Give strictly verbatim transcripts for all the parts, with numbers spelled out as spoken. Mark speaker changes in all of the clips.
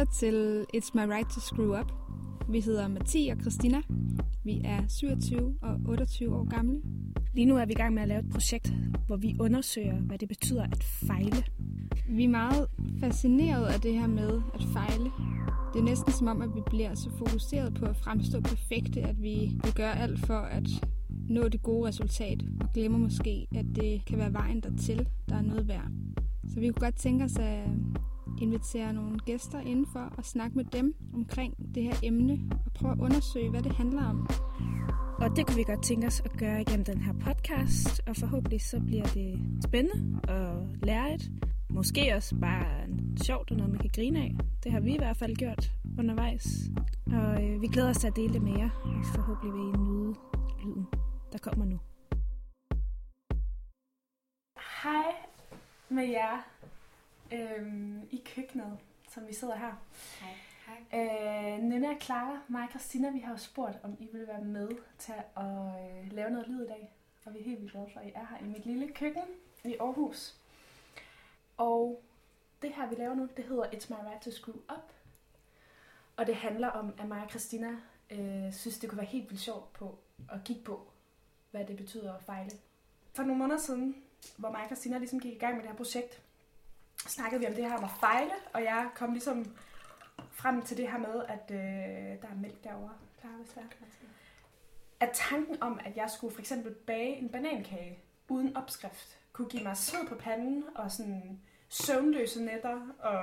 Speaker 1: til It's My Right to Screw Up. Vi hedder Mathie og Christina. Vi er syvogtyve og otteogtyve år gamle.
Speaker 2: Lige nu er vi i gang med at lave et projekt, hvor vi undersøger, hvad det betyder at fejle.
Speaker 1: Vi er meget fascineret af det her med at fejle. Det er næsten som om, at vi bliver så fokuseret på at fremstå perfekte, at vi vil gøre alt for at nå det gode resultat, og glemmer måske, at det kan være vejen dertil, der er noget værd. Så vi kunne godt tænke os at invitere nogle gæster indenfor og snakke med dem omkring det her emne, og prøve at undersøge, hvad det handler om.
Speaker 2: Og det kunne vi godt tænke os at gøre igennem den her podcast, og forhåbentlig så bliver det spændende og lærerigt. Måske også bare sjovt og noget, man kan grine af. Det har vi i hvert fald gjort undervejs. Og øh, vi glæder os til at dele det med jer, og forhåbentlig vil I nyde lyden, der kommer nu.
Speaker 3: Hej med jer øhm, i køkkenet, som vi sidder her.
Speaker 4: Hej. Hej.
Speaker 3: Øh, Nynne og Clara, mig og Christina, vi har jo spurgt, om I vil være med til at øh, lave noget lyd i dag. Og vi er helt vildt glade for, at I er her i mit lille køkken i Aarhus. Og det her, vi laver nu, det hedder It's My Right to Screw Up. Og det handler om, at mig og Christina øh, synes, det kunne være helt vildt sjovt på at kigge på, hvad det betyder at fejle. For nogle måneder siden, hvor mig og Christina ligesom gik i gang med det her projekt, snakkede vi om det her om at fejle, og jeg kom ligesom frem til det her med, at øh, der er mælk derovre. Klar, hvis det er. At tanken om, at jeg skulle for eksempel bage en banankage uden opskrift, kunne give mig sved på panden og sådan søvnløse nætter, og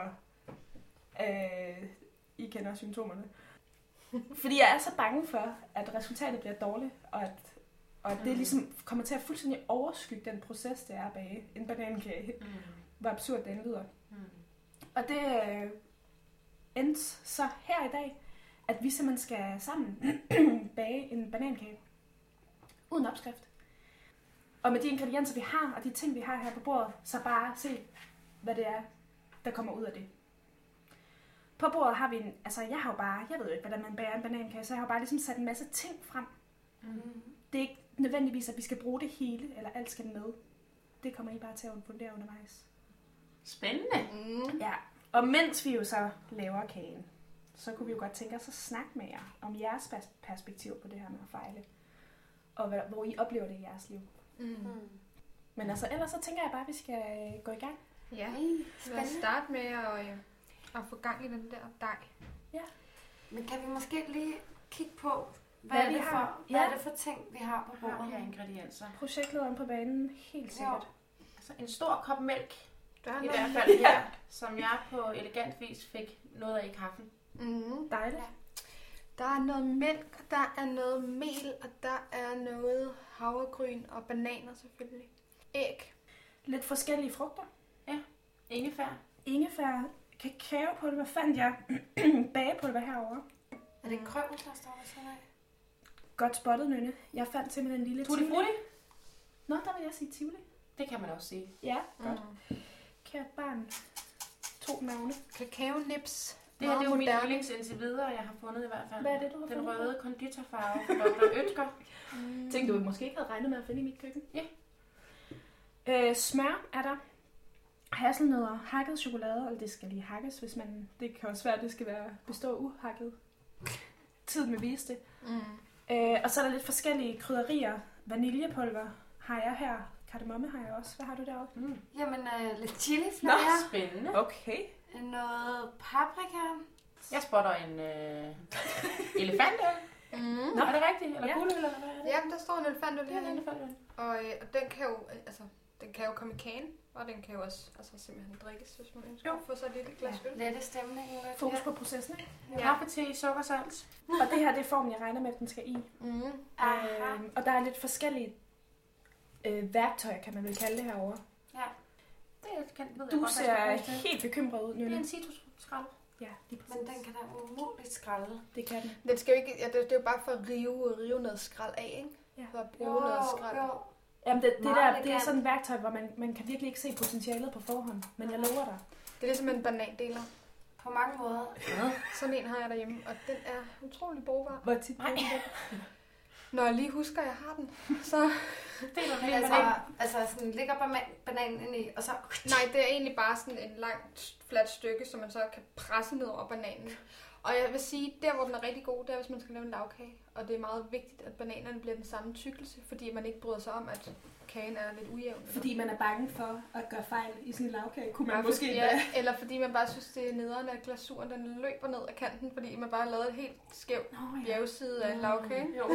Speaker 3: øh, I kender symptomerne. Fordi jeg er så bange for, at resultatet bliver dårligt, og at, og at det ligesom kommer til at fuldstændig overskygge den proces, det er at bage en banankage. Mm. Hvor absurd den lyder. Mm. Og det øh, endte så her i dag, at vi simpelthen skal sammen bage en banankage uden opskrift. Og med de ingredienser, vi har, og de ting, vi har her på bordet, så bare se, hvad det er, der kommer ud af det. På bordet har vi en, altså jeg har jo bare, jeg ved jo ikke, hvordan man bager en banankage, så jeg har bare ligesom sat en masse ting frem. Mm. Det er ikke nødvendigvis, at vi skal bruge det hele, eller alt skal med. Det kommer I bare til at fundere undervejs.
Speaker 4: Spændende.
Speaker 3: Mm. Ja, og mens vi jo så laver kagen, så kunne vi jo godt tænke os at snakke med jer om jeres perspektiv på det her med at fejle. Og hvad, hvor I oplever det i jeres liv. Mm. Men altså, ellers så tænker jeg bare, at vi skal gå i gang.
Speaker 1: Ja, lad os starte med at, at få gang i den der dej.
Speaker 4: Ja. Men kan vi måske lige kigge på, hvad,
Speaker 3: hvad
Speaker 4: er,
Speaker 3: vi
Speaker 4: det
Speaker 3: har?
Speaker 4: for, hvad
Speaker 3: ja.
Speaker 4: er det for ting, vi har på bordet?
Speaker 5: Her ingredienser.
Speaker 3: Projektlederen på banen, helt sikkert.
Speaker 5: Jo. Altså en stor kop mælk,
Speaker 1: der
Speaker 5: i hvert fald her, som jeg på elegant vis fik noget af i kaffen.
Speaker 1: Mm.
Speaker 3: Dejligt. Ja.
Speaker 1: Der er noget mælk, der er noget mel, og der er noget havregryn og bananer selvfølgelig. Æg.
Speaker 3: Lidt forskellige frugter.
Speaker 5: Ja. Ingefær.
Speaker 3: Ingefær. Kakaopulver fandt jeg. Bagepulver herovre.
Speaker 4: Er det krømmel, der står ved siden af?
Speaker 3: Godt spottet, Nynne. Jeg fandt simpelthen en lille
Speaker 5: Tutti frutti.
Speaker 3: Nå, der vil jeg sige tivoli.
Speaker 5: Det kan man også sige.
Speaker 3: Ja, godt. Mm. Kært barn. To navne.
Speaker 1: Kakaonips.
Speaker 5: Det her det er jo min yndlings indtil videre, jeg har fundet i hvert fald.
Speaker 3: Hvad er det, du har
Speaker 5: Den
Speaker 3: fundet?
Speaker 5: røde konditorfarve fra doktor Oetker.
Speaker 3: Mm. Tænkte du måske ikke havde regnet med at finde i mit køkken?
Speaker 5: Ja.
Speaker 3: Øh, smør er der. Hasselnødder, hakket chokolade, og det skal lige hakkes, hvis man... Det kan også være, at det skal være bestå uhakket. Tiden vil vise det. Mm. Øh, og så er der lidt forskellige krydderier. Vaniljepulver har jeg her. Kardemomme har jeg også. Hvad har du deroppe?
Speaker 4: Mm. Jamen, uh, lidt chili
Speaker 3: Nå,
Speaker 5: spændende.
Speaker 3: Okay.
Speaker 4: Noget paprika.
Speaker 5: Jeg spotter en øh, elefant.
Speaker 1: Mm.
Speaker 5: Nå, er det rigtigt? Eller
Speaker 3: ja.
Speaker 5: guld, eller hvad er det?
Speaker 1: Jamen, der står en elefantøl
Speaker 5: her.
Speaker 1: herinde. Og, øh, og den kan jo, altså, den kan jo komme i kagen, og den kan jo også altså, simpelthen drikkes, hvis man ønsker at få sig et lille glas øl.
Speaker 4: Ja, lette stemning.
Speaker 3: Fokus på processen, ikke?
Speaker 5: Ja. Kaffe, te, sukker, salt.
Speaker 3: Og det her, det er formen, jeg regner med, at den skal i.
Speaker 1: Mm.
Speaker 3: Øh, og der er lidt forskellige øh, værktøjer, kan man vel kalde det herovre.
Speaker 5: Ja. Det kan, ved
Speaker 3: du
Speaker 5: jeg
Speaker 3: ser
Speaker 5: godt,
Speaker 3: helt bekymret ud, Nynne.
Speaker 5: Det er en citrusskrald.
Speaker 3: Ja, lige præcis.
Speaker 4: Men den kan da umuligt skralde.
Speaker 3: Det kan den.
Speaker 1: Den skal jo ikke, ja, det, det er jo bare for at rive, rive noget skrald af, ikke?
Speaker 3: Ja.
Speaker 1: For at bruge noget skrald.
Speaker 4: Jo.
Speaker 3: Jamen, det, det, der, det er sådan et værktøj, hvor man, man kan virkelig ikke se potentialet på forhånd. Men jeg lover dig.
Speaker 1: Det er ligesom en banandeler.
Speaker 4: På mange måder.
Speaker 1: Ja. Sådan en har jeg derhjemme, og den er utrolig brugbar.
Speaker 3: Hvor tit bruger du den?
Speaker 1: Når jeg lige husker, at jeg har den, så...
Speaker 5: Det er
Speaker 4: Men altså, altså sådan, ligger banan- bananen ind i, og så...
Speaker 1: Nej, det er egentlig bare sådan en langt, fladt stykke, som man så kan presse ned over bananen. Og jeg vil sige, der hvor den er rigtig god, det er, hvis man skal lave en lavkage. Og det er meget vigtigt, at bananerne bliver den samme tykkelse, fordi man ikke bryder sig om, at kagen er lidt ujævn.
Speaker 3: Fordi man er bange for at gøre fejl i sin lavkage, kunne man
Speaker 1: Ja,
Speaker 3: måske
Speaker 1: ja,
Speaker 3: da.
Speaker 1: eller fordi man bare synes, det er nederen, at glasuren den løber ned ad kanten, fordi man bare har lavet et helt skævt
Speaker 3: Oh, ja.
Speaker 1: bjergside af en lavkage.
Speaker 5: Jo.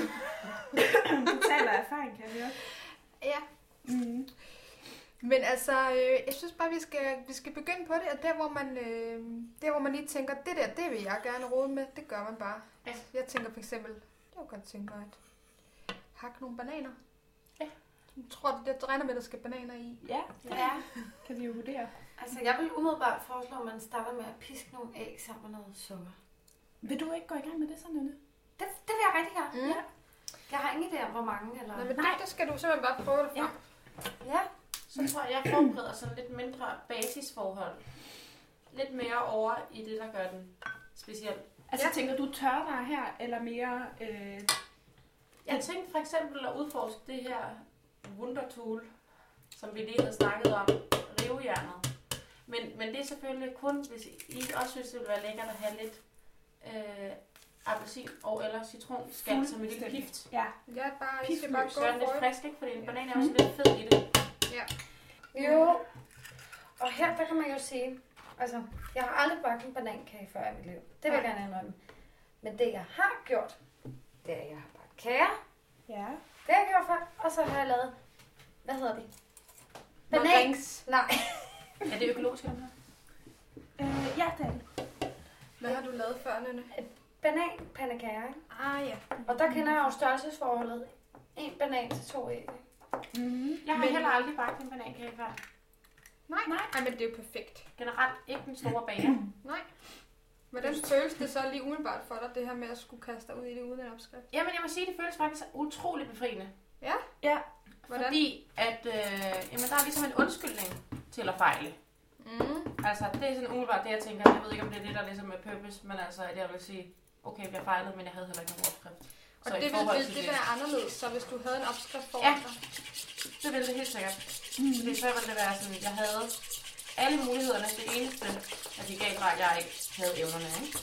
Speaker 3: Du taler erfaring, kan jeg høre.
Speaker 1: Ja.
Speaker 3: Mm.
Speaker 1: Men altså, øh, jeg synes bare, vi skal, vi skal begynde på det, og der hvor, man, øh, der hvor man lige tænker, det der, det vil jeg gerne rode med, det gør man bare.
Speaker 5: Ja.
Speaker 1: Jeg tænker for eksempel, jeg kunne godt tænke mig at hakke nogle bananer.
Speaker 5: Ja.
Speaker 1: Jeg tror, det regner med, at der skal bananer i.
Speaker 3: Ja,
Speaker 4: Ja.
Speaker 3: kan vi jo vurdere.
Speaker 4: Altså, jeg vil umiddelbart foreslå, at man starter med at piske nogle æg sammen med noget sukker.
Speaker 3: Vil du ikke gå i gang med det så, Nynne?
Speaker 4: Det, det vil jeg rigtig gerne.
Speaker 1: Mm.
Speaker 4: Ja. Jeg har ingen idé om, hvor mange eller...
Speaker 1: Nå, men det, det skal du simpelthen bare prøve det frem.
Speaker 4: Ja.
Speaker 5: Så tror jeg, jeg forbereder sådan lidt mindre basisforhold. Lidt mere over i det, der gør den speciel.
Speaker 3: Altså,
Speaker 1: Ja.
Speaker 3: tænker du tørvarer her, eller mere... Øh...
Speaker 5: Jeg tænkte for eksempel at udforske det her Wundertool, som vi lige havde snakket om, rivejernet. Men, men det er selvfølgelig kun, hvis I også synes, det vil være lækkert at have lidt øh, appelsin og eller citronskal som en lille pift.
Speaker 3: Ja.
Speaker 1: Ja, bare, I skal
Speaker 3: Pifløs.
Speaker 1: bare gå
Speaker 5: Så er den lidt
Speaker 1: for det.
Speaker 5: frisk, ikke? Fordi en banan er også lidt fed i det.
Speaker 1: Ja.
Speaker 4: Jo. Og her, der kan man jo sige... Altså, jeg har aldrig bagt en banankage før i mit liv. Det vil jeg gerne indrømme. Men det, jeg har gjort, det er, at jeg har bagt kager.
Speaker 3: Ja.
Speaker 4: Det har jeg gjort før. Og så har jeg lavet... Hvad hedder det? Banan...
Speaker 1: Rings.
Speaker 4: Nej.
Speaker 5: Er det økologisk, den her?
Speaker 3: Øh, ja, det er det.
Speaker 1: Hvad har du lavet før, Nynne?
Speaker 4: Bananpandekager, ikke?
Speaker 1: Ah ja.
Speaker 4: Og der kender jeg jo størrelsesforholdet. En banan til to æg.
Speaker 3: Mm-hmm.
Speaker 5: Jeg har
Speaker 1: Men-
Speaker 5: heller aldrig bagt en banankage før.
Speaker 1: Nej, nej. Ej, men det er jo perfekt.
Speaker 5: Generelt ikke den store bager.
Speaker 1: Nej. Hvordan føles det så lige umiddelbart for dig, det her med at skulle kaste dig ud i det uden en opskrift?
Speaker 5: Jamen, jeg må sige, det føles faktisk utrolig befriende.
Speaker 1: Ja?
Speaker 3: Ja.
Speaker 1: Hvordan?
Speaker 5: Fordi at, øh, jamen, der er ligesom en undskyldning til at fejle.
Speaker 1: Mm.
Speaker 5: Altså, det er sådan umiddelbart det, jeg tænker. Jeg ved ikke, om det er det, der ligesom er purpose, men altså, at jeg vil sige, okay, vi har fejlet, men jeg havde heller ikke nogen opskrift.
Speaker 1: Og
Speaker 5: Så i
Speaker 1: det vil,
Speaker 5: forhold
Speaker 1: vil
Speaker 5: til
Speaker 1: det være anderledes, så hvis du havde en opskrift foran
Speaker 5: Ja.
Speaker 1: dig?
Speaker 5: Det ville det helt sikkert. Mm. Fordi så ville det være sådan, jeg havde alle mulighederne. Det eneste, at de gav var, at jeg ikke havde evnerne, ikke?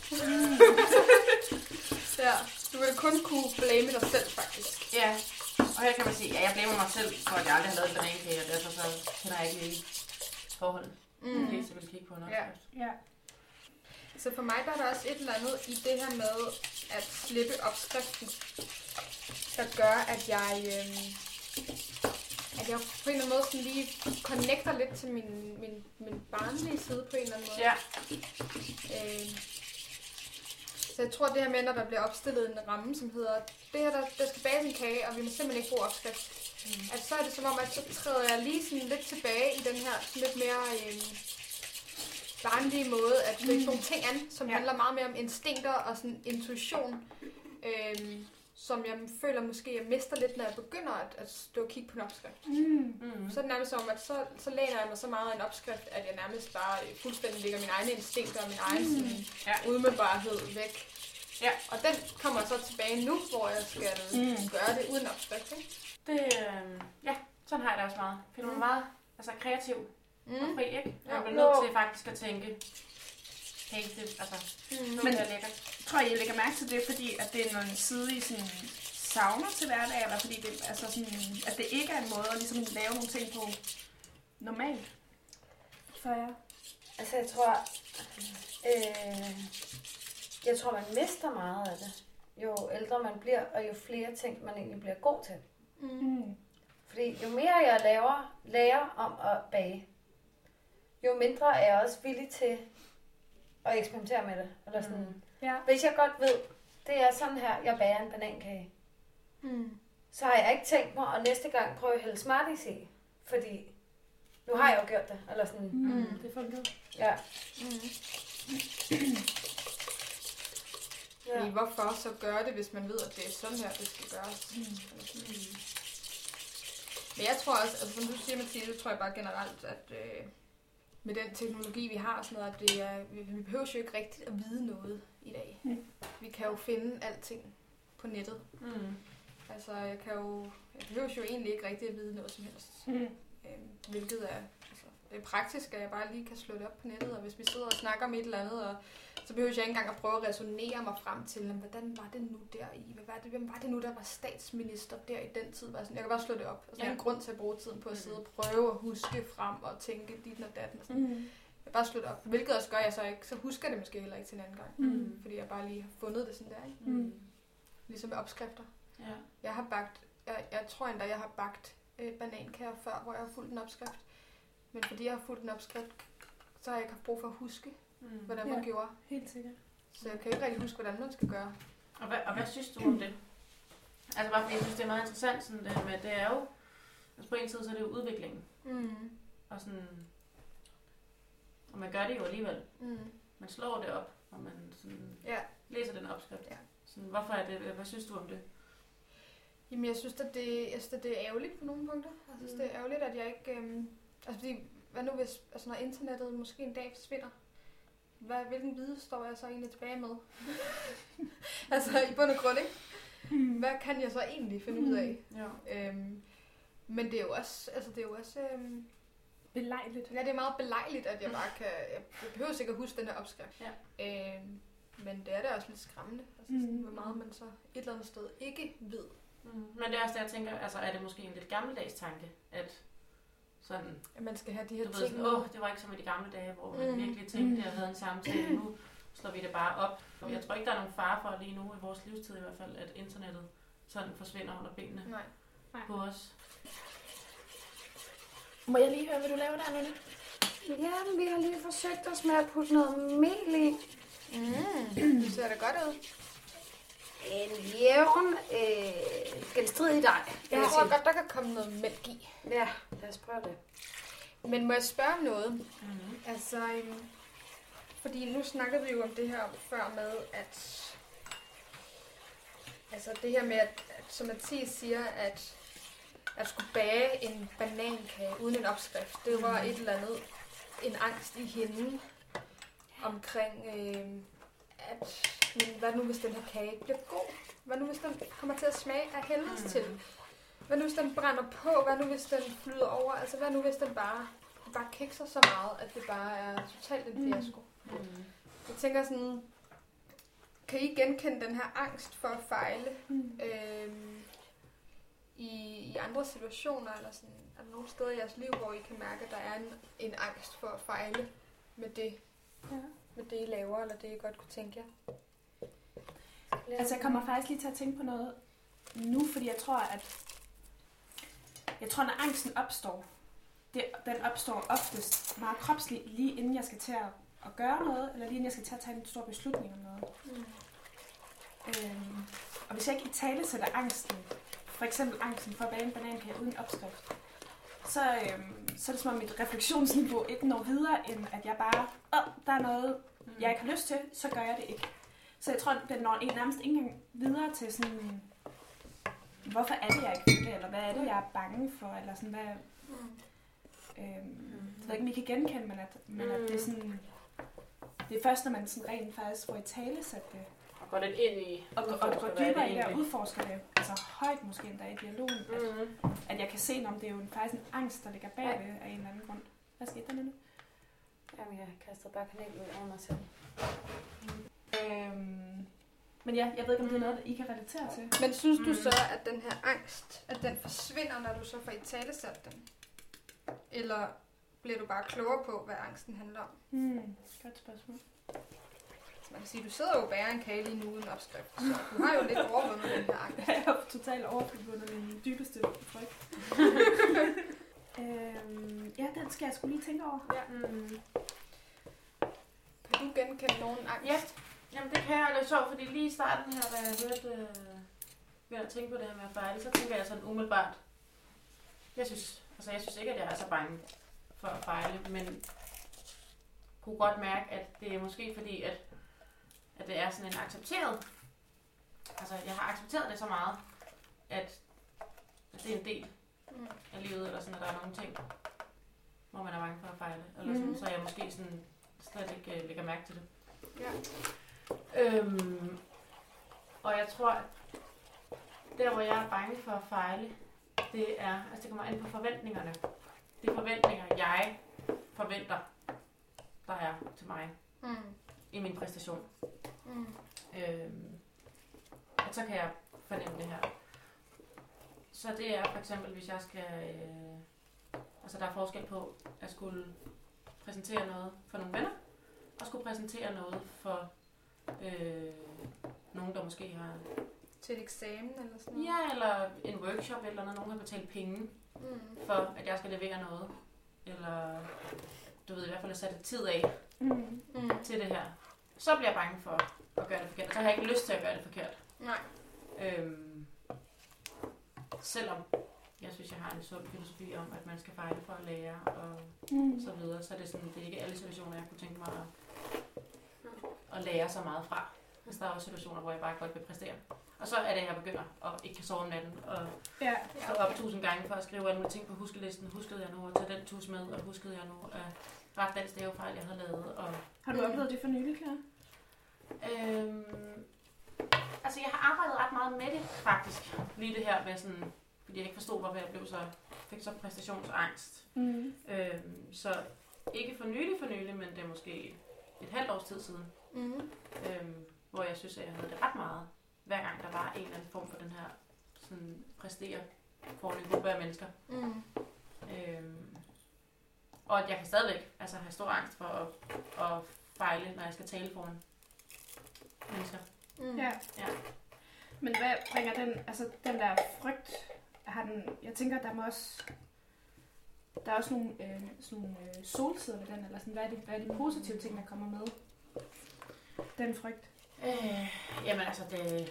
Speaker 1: Ja, du ville kun kunne blame dig selv, faktisk.
Speaker 5: Ja, og her kan man sige, at ja, jeg blamer mig selv for, at jeg aldrig har lavet en banankage, og derfor så kender jeg ikke lige forholdet.
Speaker 1: Mm.
Speaker 5: Mm. Det vil kigge på en
Speaker 1: Ja.
Speaker 5: opskrift.
Speaker 3: Ja.
Speaker 1: Så for mig der er der også et eller andet i det her med at slippe opskriften, der gør, at jeg, øh, at jeg på en eller anden måde sådan lige connecter lidt til min, min, min barnlige side på en eller anden måde.
Speaker 5: Ja.
Speaker 1: Øh, så jeg tror det her med, når der bliver opstillet en ramme, som hedder, det her, der, der skal bages en kage, og vi må simpelthen ikke bruge opskrift. Mm. At så er det som om, at så træder jeg lige sådan lidt tilbage i den her sådan lidt mere øh, barnlige måde, at gribe nogle ting an, som
Speaker 3: Ja.
Speaker 1: handler meget mere om instinkter og sådan intuition, øh, som jeg føler måske, jeg mister lidt, når jeg begynder at, at stå og kigge på en opskrift.
Speaker 3: Mm.
Speaker 5: Mm.
Speaker 1: Så er det nærmest som, at så, så læner jeg mig så meget af en opskrift, at jeg nærmest bare øh, fuldstændig lægger mine egne instinkter og min egen sådan,
Speaker 5: Ja.
Speaker 1: udmiddelbarhed væk.
Speaker 5: Ja.
Speaker 1: Og den kommer så tilbage nu, hvor jeg skal
Speaker 3: Mm.
Speaker 1: gøre det uden opskrift. Ikke?
Speaker 5: Det, øh, ja, sådan har jeg det også meget. Jeg føler mig meget altså, kreativ og
Speaker 1: Mm.
Speaker 5: fri, ikke? Jeg
Speaker 1: Jo.
Speaker 5: bliver nødt til faktisk at tænke, hey, det, altså,
Speaker 1: Mm.
Speaker 5: nu
Speaker 3: Men-
Speaker 5: er det lækkert.
Speaker 3: Jeg tror, I lægger mærke til det, fordi at det er noget side, I sådan savner til hverdag, eller fordi det, altså sådan, at det ikke er en måde at ligesom lave nogle ting på normalt for jer.
Speaker 4: Altså, jeg tror... Øh, jeg tror, man mister meget af det. Jo ældre man bliver, og jo flere ting, man egentlig bliver god til.
Speaker 1: Mm.
Speaker 3: Mm.
Speaker 4: Fordi jo mere jeg laver, lærer om at bage, jo mindre er jeg også villig til at eksperimentere med det. Eller sådan. Mm.
Speaker 3: Ja.
Speaker 4: Hvis jeg godt ved, det er sådan her, jeg bager en banankage,
Speaker 1: Mm.
Speaker 4: så har jeg ikke tænkt mig at næste gang prøve at hælde Smarties i. Fordi nu har jeg jo gjort det. Eller sådan.
Speaker 3: Mm. Det fungerer.
Speaker 4: Ja.
Speaker 1: Mm.
Speaker 4: Ja.
Speaker 1: Fordi hvorfor så gøre det, hvis man ved, at det er sådan her, det skal gøres?
Speaker 3: Mm.
Speaker 1: Men jeg tror også, altså som du siger, Mathilde, tror jeg bare generelt, at øh, med den teknologi, vi har, sådan noget, at det er, vi, vi behøver jo ikke rigtigt at vide noget i dag.
Speaker 3: Mm.
Speaker 1: Vi kan jo finde alting på nettet.
Speaker 5: Mm.
Speaker 1: Altså, jeg kan jo... Jeg behøver jo egentlig ikke rigtig at vide noget som helst.
Speaker 3: Mm.
Speaker 1: Øhm, hvilket er... Altså, det er praktisk, at jeg bare lige kan slå det op på nettet, og hvis vi sidder og snakker om et eller andet, og så behøver jeg ikke engang at prøve at resonere mig frem til, hvordan var det nu der i? Hvad var det, hvem var det nu, der var statsminister der i den tid? Jeg kan bare slå det op. Altså, ja. Der er ingen grund til at bruge tiden på at sidde og prøve at huske frem og tænke dit og datten. Og
Speaker 3: Mm.
Speaker 1: jeg bare slå det op. Hvilket også gør jeg så ikke. Så husker jeg det måske heller ikke til en anden gang.
Speaker 3: Mm.
Speaker 1: Fordi jeg bare lige har fundet det sådan der, ikke?
Speaker 3: Mm.
Speaker 1: Ligesom med opskrifter.
Speaker 5: Ja.
Speaker 1: Jeg har bagt, jeg, jeg tror endda, jeg har bagt øh, banankager før, hvor jeg har fulgt en opskrift. Men fordi jeg har fulgt en opskrift, så har jeg ikke haft brug for at huske,
Speaker 5: Mm.
Speaker 1: hvordan man
Speaker 3: Ja.
Speaker 1: gjorde.
Speaker 3: Helt sikkert.
Speaker 1: Så jeg kan ikke rigtig huske, hvordan man skal gøre.
Speaker 5: Og hvad, og hvad synes du om det? Altså bare fordi jeg synes, det er meget interessant, sådan det her med, det er jo, altså på en side, så er det jo udviklingen.
Speaker 1: Mm.
Speaker 5: Og sådan, og man gør det jo alligevel.
Speaker 1: Mm.
Speaker 5: Man slår det op, og man sådan
Speaker 1: Ja.
Speaker 5: læser den opskrift.
Speaker 1: Ja.
Speaker 5: Sådan, hvorfor er det, hvad synes du om det?
Speaker 1: Jamen, jeg synes, at det, jeg synes, at det er ærgerligt på nogle punkter. Jeg synes,
Speaker 5: Mm.
Speaker 1: det er ærgerligt, at jeg ikke... Øhm, altså, fordi, hvad nu hvis, altså, når internettet måske en dag forsvinder? Hvad, hvilken viden står jeg så egentlig tilbage med? altså, i bund og grund, ikke? Hvad kan jeg så egentlig finde ud af?
Speaker 5: Ja.
Speaker 1: Øhm, men det er jo også... Altså, det er jo også... Øhm,
Speaker 3: Belejligt.
Speaker 1: ja, det er meget belejligt, at jeg bare kan... Jeg, jeg behøver sikkert huske den her opskrift.
Speaker 5: Ja.
Speaker 1: Øhm, men det er da også lidt skræmmende. Altså,
Speaker 3: Mm.
Speaker 1: sådan, hvor meget man så et eller andet sted ikke ved.
Speaker 5: Mm. Men det er også det, jeg tænker, altså er det måske en lidt gammeldags tanke, at sådan,
Speaker 1: At man skal have de her
Speaker 5: du ved
Speaker 1: ting.
Speaker 5: sådan, åh, det var ikke som i de gamle dage, hvor man
Speaker 1: Mm.
Speaker 5: virkelig tænkte og havde en samtale. Nu slår vi det bare op. Og jeg tror ikke, der er nogen fare for lige nu i vores livstid i hvert fald, at internettet sådan forsvinder under benene
Speaker 1: Nej.
Speaker 5: på os.
Speaker 3: Må jeg lige høre, hvad du laver der, Nynne?
Speaker 4: Ja, vi har lige forsøgt os med at putte noget mel i.
Speaker 1: Mm. Det ser da godt ud.
Speaker 4: En jævn øh, genstridig dej.
Speaker 1: Jeg tror godt, der kan komme noget mælk i.
Speaker 4: Ja, lad os prøve det.
Speaker 1: Men må jeg spørge om noget?
Speaker 5: Mm-hmm.
Speaker 1: Altså, øhm, fordi nu snakkede vi jo om det her før med, at... Altså det her med, at, at som Mathias siger, at at skulle bage en banankage uden en opskrift, det var et eller andet, en angst i hende omkring, øh, at men hvad nu hvis den her kage ikke bliver god? Hvad nu hvis den kommer til at smage af helvedes
Speaker 5: Mm.
Speaker 1: til? Hvad nu hvis den brænder på? Hvad nu hvis den flyder over? Altså hvad nu hvis den bare, bare kikser så meget, at det bare er totalt en fiasko?
Speaker 5: Mm.
Speaker 1: Jeg tænker sådan, kan I genkende den her angst for at fejle
Speaker 3: Mm.
Speaker 1: øhm, i, i andre situationer, eller sådan, er der nogle steder i jeres liv, hvor I kan mærke, at der er en, en angst for at fejle med det,
Speaker 3: Ja.
Speaker 1: med det I laver, eller det I godt kunne tænke jer?
Speaker 3: Altså, jeg kommer faktisk lige til at tænke på noget nu, fordi jeg tror, at jeg tror, når angsten opstår, det, den opstår oftest meget kropsligt, lige inden jeg skal til at, at gøre noget, eller lige inden jeg skal til at tage en stor beslutning om noget.
Speaker 1: Mm.
Speaker 3: Øhm, og hvis jeg ikke i tale sætter angsten, for eksempel angsten for at bage en banankage uden opskrift, så, øhm, så er det som om mit refleksionsniveau ikke når videre, end at jeg bare, åh, der er noget, jeg ikke har lyst til, så gør jeg det ikke. Så jeg tror, den når en nærmest ikke engang videre til sådan, hvorfor er det, jeg ikke vil det, eller hvad er det, jeg er bange for, eller sådan, hvad...
Speaker 1: Mm.
Speaker 3: Øhm, jeg ved ikke, om I kan genkende, men at, men at det er sådan... Det er først, når man sådan rent faktisk får i tale sat det,
Speaker 5: Og går lidt ind i,
Speaker 3: og, og, og går dybere i det og udforsker det, altså højt måske endda i dialogen, at,
Speaker 5: Mm.
Speaker 3: at jeg kan se, om det er jo en, faktisk en angst, der ligger bag det af en eller anden grund. Hvad skete der nu?
Speaker 4: Jamen, jeg kastede bare kanel ud over mig selv.
Speaker 3: Øhm, men ja, jeg ved ikke, om det er noget, I kan relatere til.
Speaker 1: Men synes du
Speaker 5: Mm.
Speaker 1: så, at den her angst, at den forsvinder, når du så får i tale sat den? Eller bliver du bare klogere på, hvad angsten handler om?
Speaker 3: Hmm, godt spørgsmål.
Speaker 1: Så man kan sige, du sidder jo og bærer en kage lige nu uden opskrift, så du har jo lidt overvundet den her angst.
Speaker 3: Jeg har totalt overfundet min dybeste frygt. øhm, ja, den skal jeg skulle lige tænke over.
Speaker 1: Ja.
Speaker 5: Mm.
Speaker 1: Kan du genkende nogen angst?
Speaker 5: Ja, jamen det kan jeg lidt sjovt, fordi lige i starten her, da jeg hørte øh, ved at tænke på det her med at fejle, så tænker jeg sådan umiddelbart, jeg synes, altså jeg synes ikke, at jeg er så bange for at fejle, men kunne godt mærke, at det er måske fordi, at, at det er sådan en accepteret, altså jeg har accepteret det så meget, at, at det er en del
Speaker 1: Mm.
Speaker 5: af livet, eller sådan, at der er nogle ting, hvor man er bange for at fejle, eller sådan,
Speaker 1: Mhm.
Speaker 5: så jeg måske sådan slet ikke uh, lægger mærke til det.
Speaker 1: Ja.
Speaker 5: Øhm, og jeg tror, der hvor jeg er bange for at fejle, det er, altså det kommer an på forventningerne. Det er forventninger, jeg forventer, der er til mig
Speaker 4: Mm.
Speaker 5: i min præstation.
Speaker 4: Mm.
Speaker 5: Øhm, og så kan jeg fornemme det her. Så det er for eksempel, hvis jeg skal... Øh, altså der er forskel på at skulle præsentere noget for nogle venner, og skulle præsentere noget for øh, nogen, der måske har...
Speaker 1: Til et eksamen eller sådan noget?
Speaker 5: Ja, eller en workshop, eller når nogen har betalt penge
Speaker 4: Mm.
Speaker 5: for, at jeg skal levere noget. Eller du ved i hvert fald at sætte tid af
Speaker 3: Mm.
Speaker 4: Mm.
Speaker 5: til det her. Så bliver jeg bange for at gøre det forkert. Så har jeg ikke lyst til at gøre det forkert.
Speaker 4: Nej.
Speaker 5: Øhm, selvom jeg synes, jeg har en sund filosofi om, at man skal fejle for at lære og
Speaker 3: Mm.
Speaker 5: så videre, så er det sådan, det er ikke alle situationer, jeg kunne tænke mig at, at lære så meget fra. Altså, der er også situationer, hvor jeg bare godt vil præstere. Og så er det, at jeg begynder at ikke kan sove om natten og
Speaker 3: Ja.
Speaker 5: stå op tusind gange for at skrive alle mulige ting på huskelisten. Huskede jeg nu at tage den tus med, og huskede jeg nu at rette den stavefejl, jeg havde lavet. Og,
Speaker 3: Har du oplevet det for nylig, Clara?
Speaker 5: øhm, altså, jeg har arbejdet ret meget med det, faktisk. Lige det her med sådan, fordi jeg ikke forstod, hvorfor jeg blev så, fik så præstationsangst.
Speaker 3: Mm.
Speaker 5: Øhm, så ikke for nylig for nylig, men det er måske et halvt års tid siden,
Speaker 4: Mm.
Speaker 5: øhm, hvor jeg synes, at jeg havde det ret meget, hver gang der var en eller anden form for den her sådan, præstere for en gruppe af mennesker.
Speaker 4: Mm.
Speaker 5: Øhm, og at jeg kan stadigvæk altså, have stor angst for at, at fejle, når jeg skal tale foran mennesker.
Speaker 4: Mm.
Speaker 3: Ja.
Speaker 5: Ja.
Speaker 3: Men hvad bringer den, altså den der frygt, har den, jeg tænker, der må også, der er også nogle, øh, sådan nogle øh, solsider ved den, eller sådan, hvad er, det, hvad er de positive ting, der kommer med? Den frygt.
Speaker 5: Øh, jamen altså, det...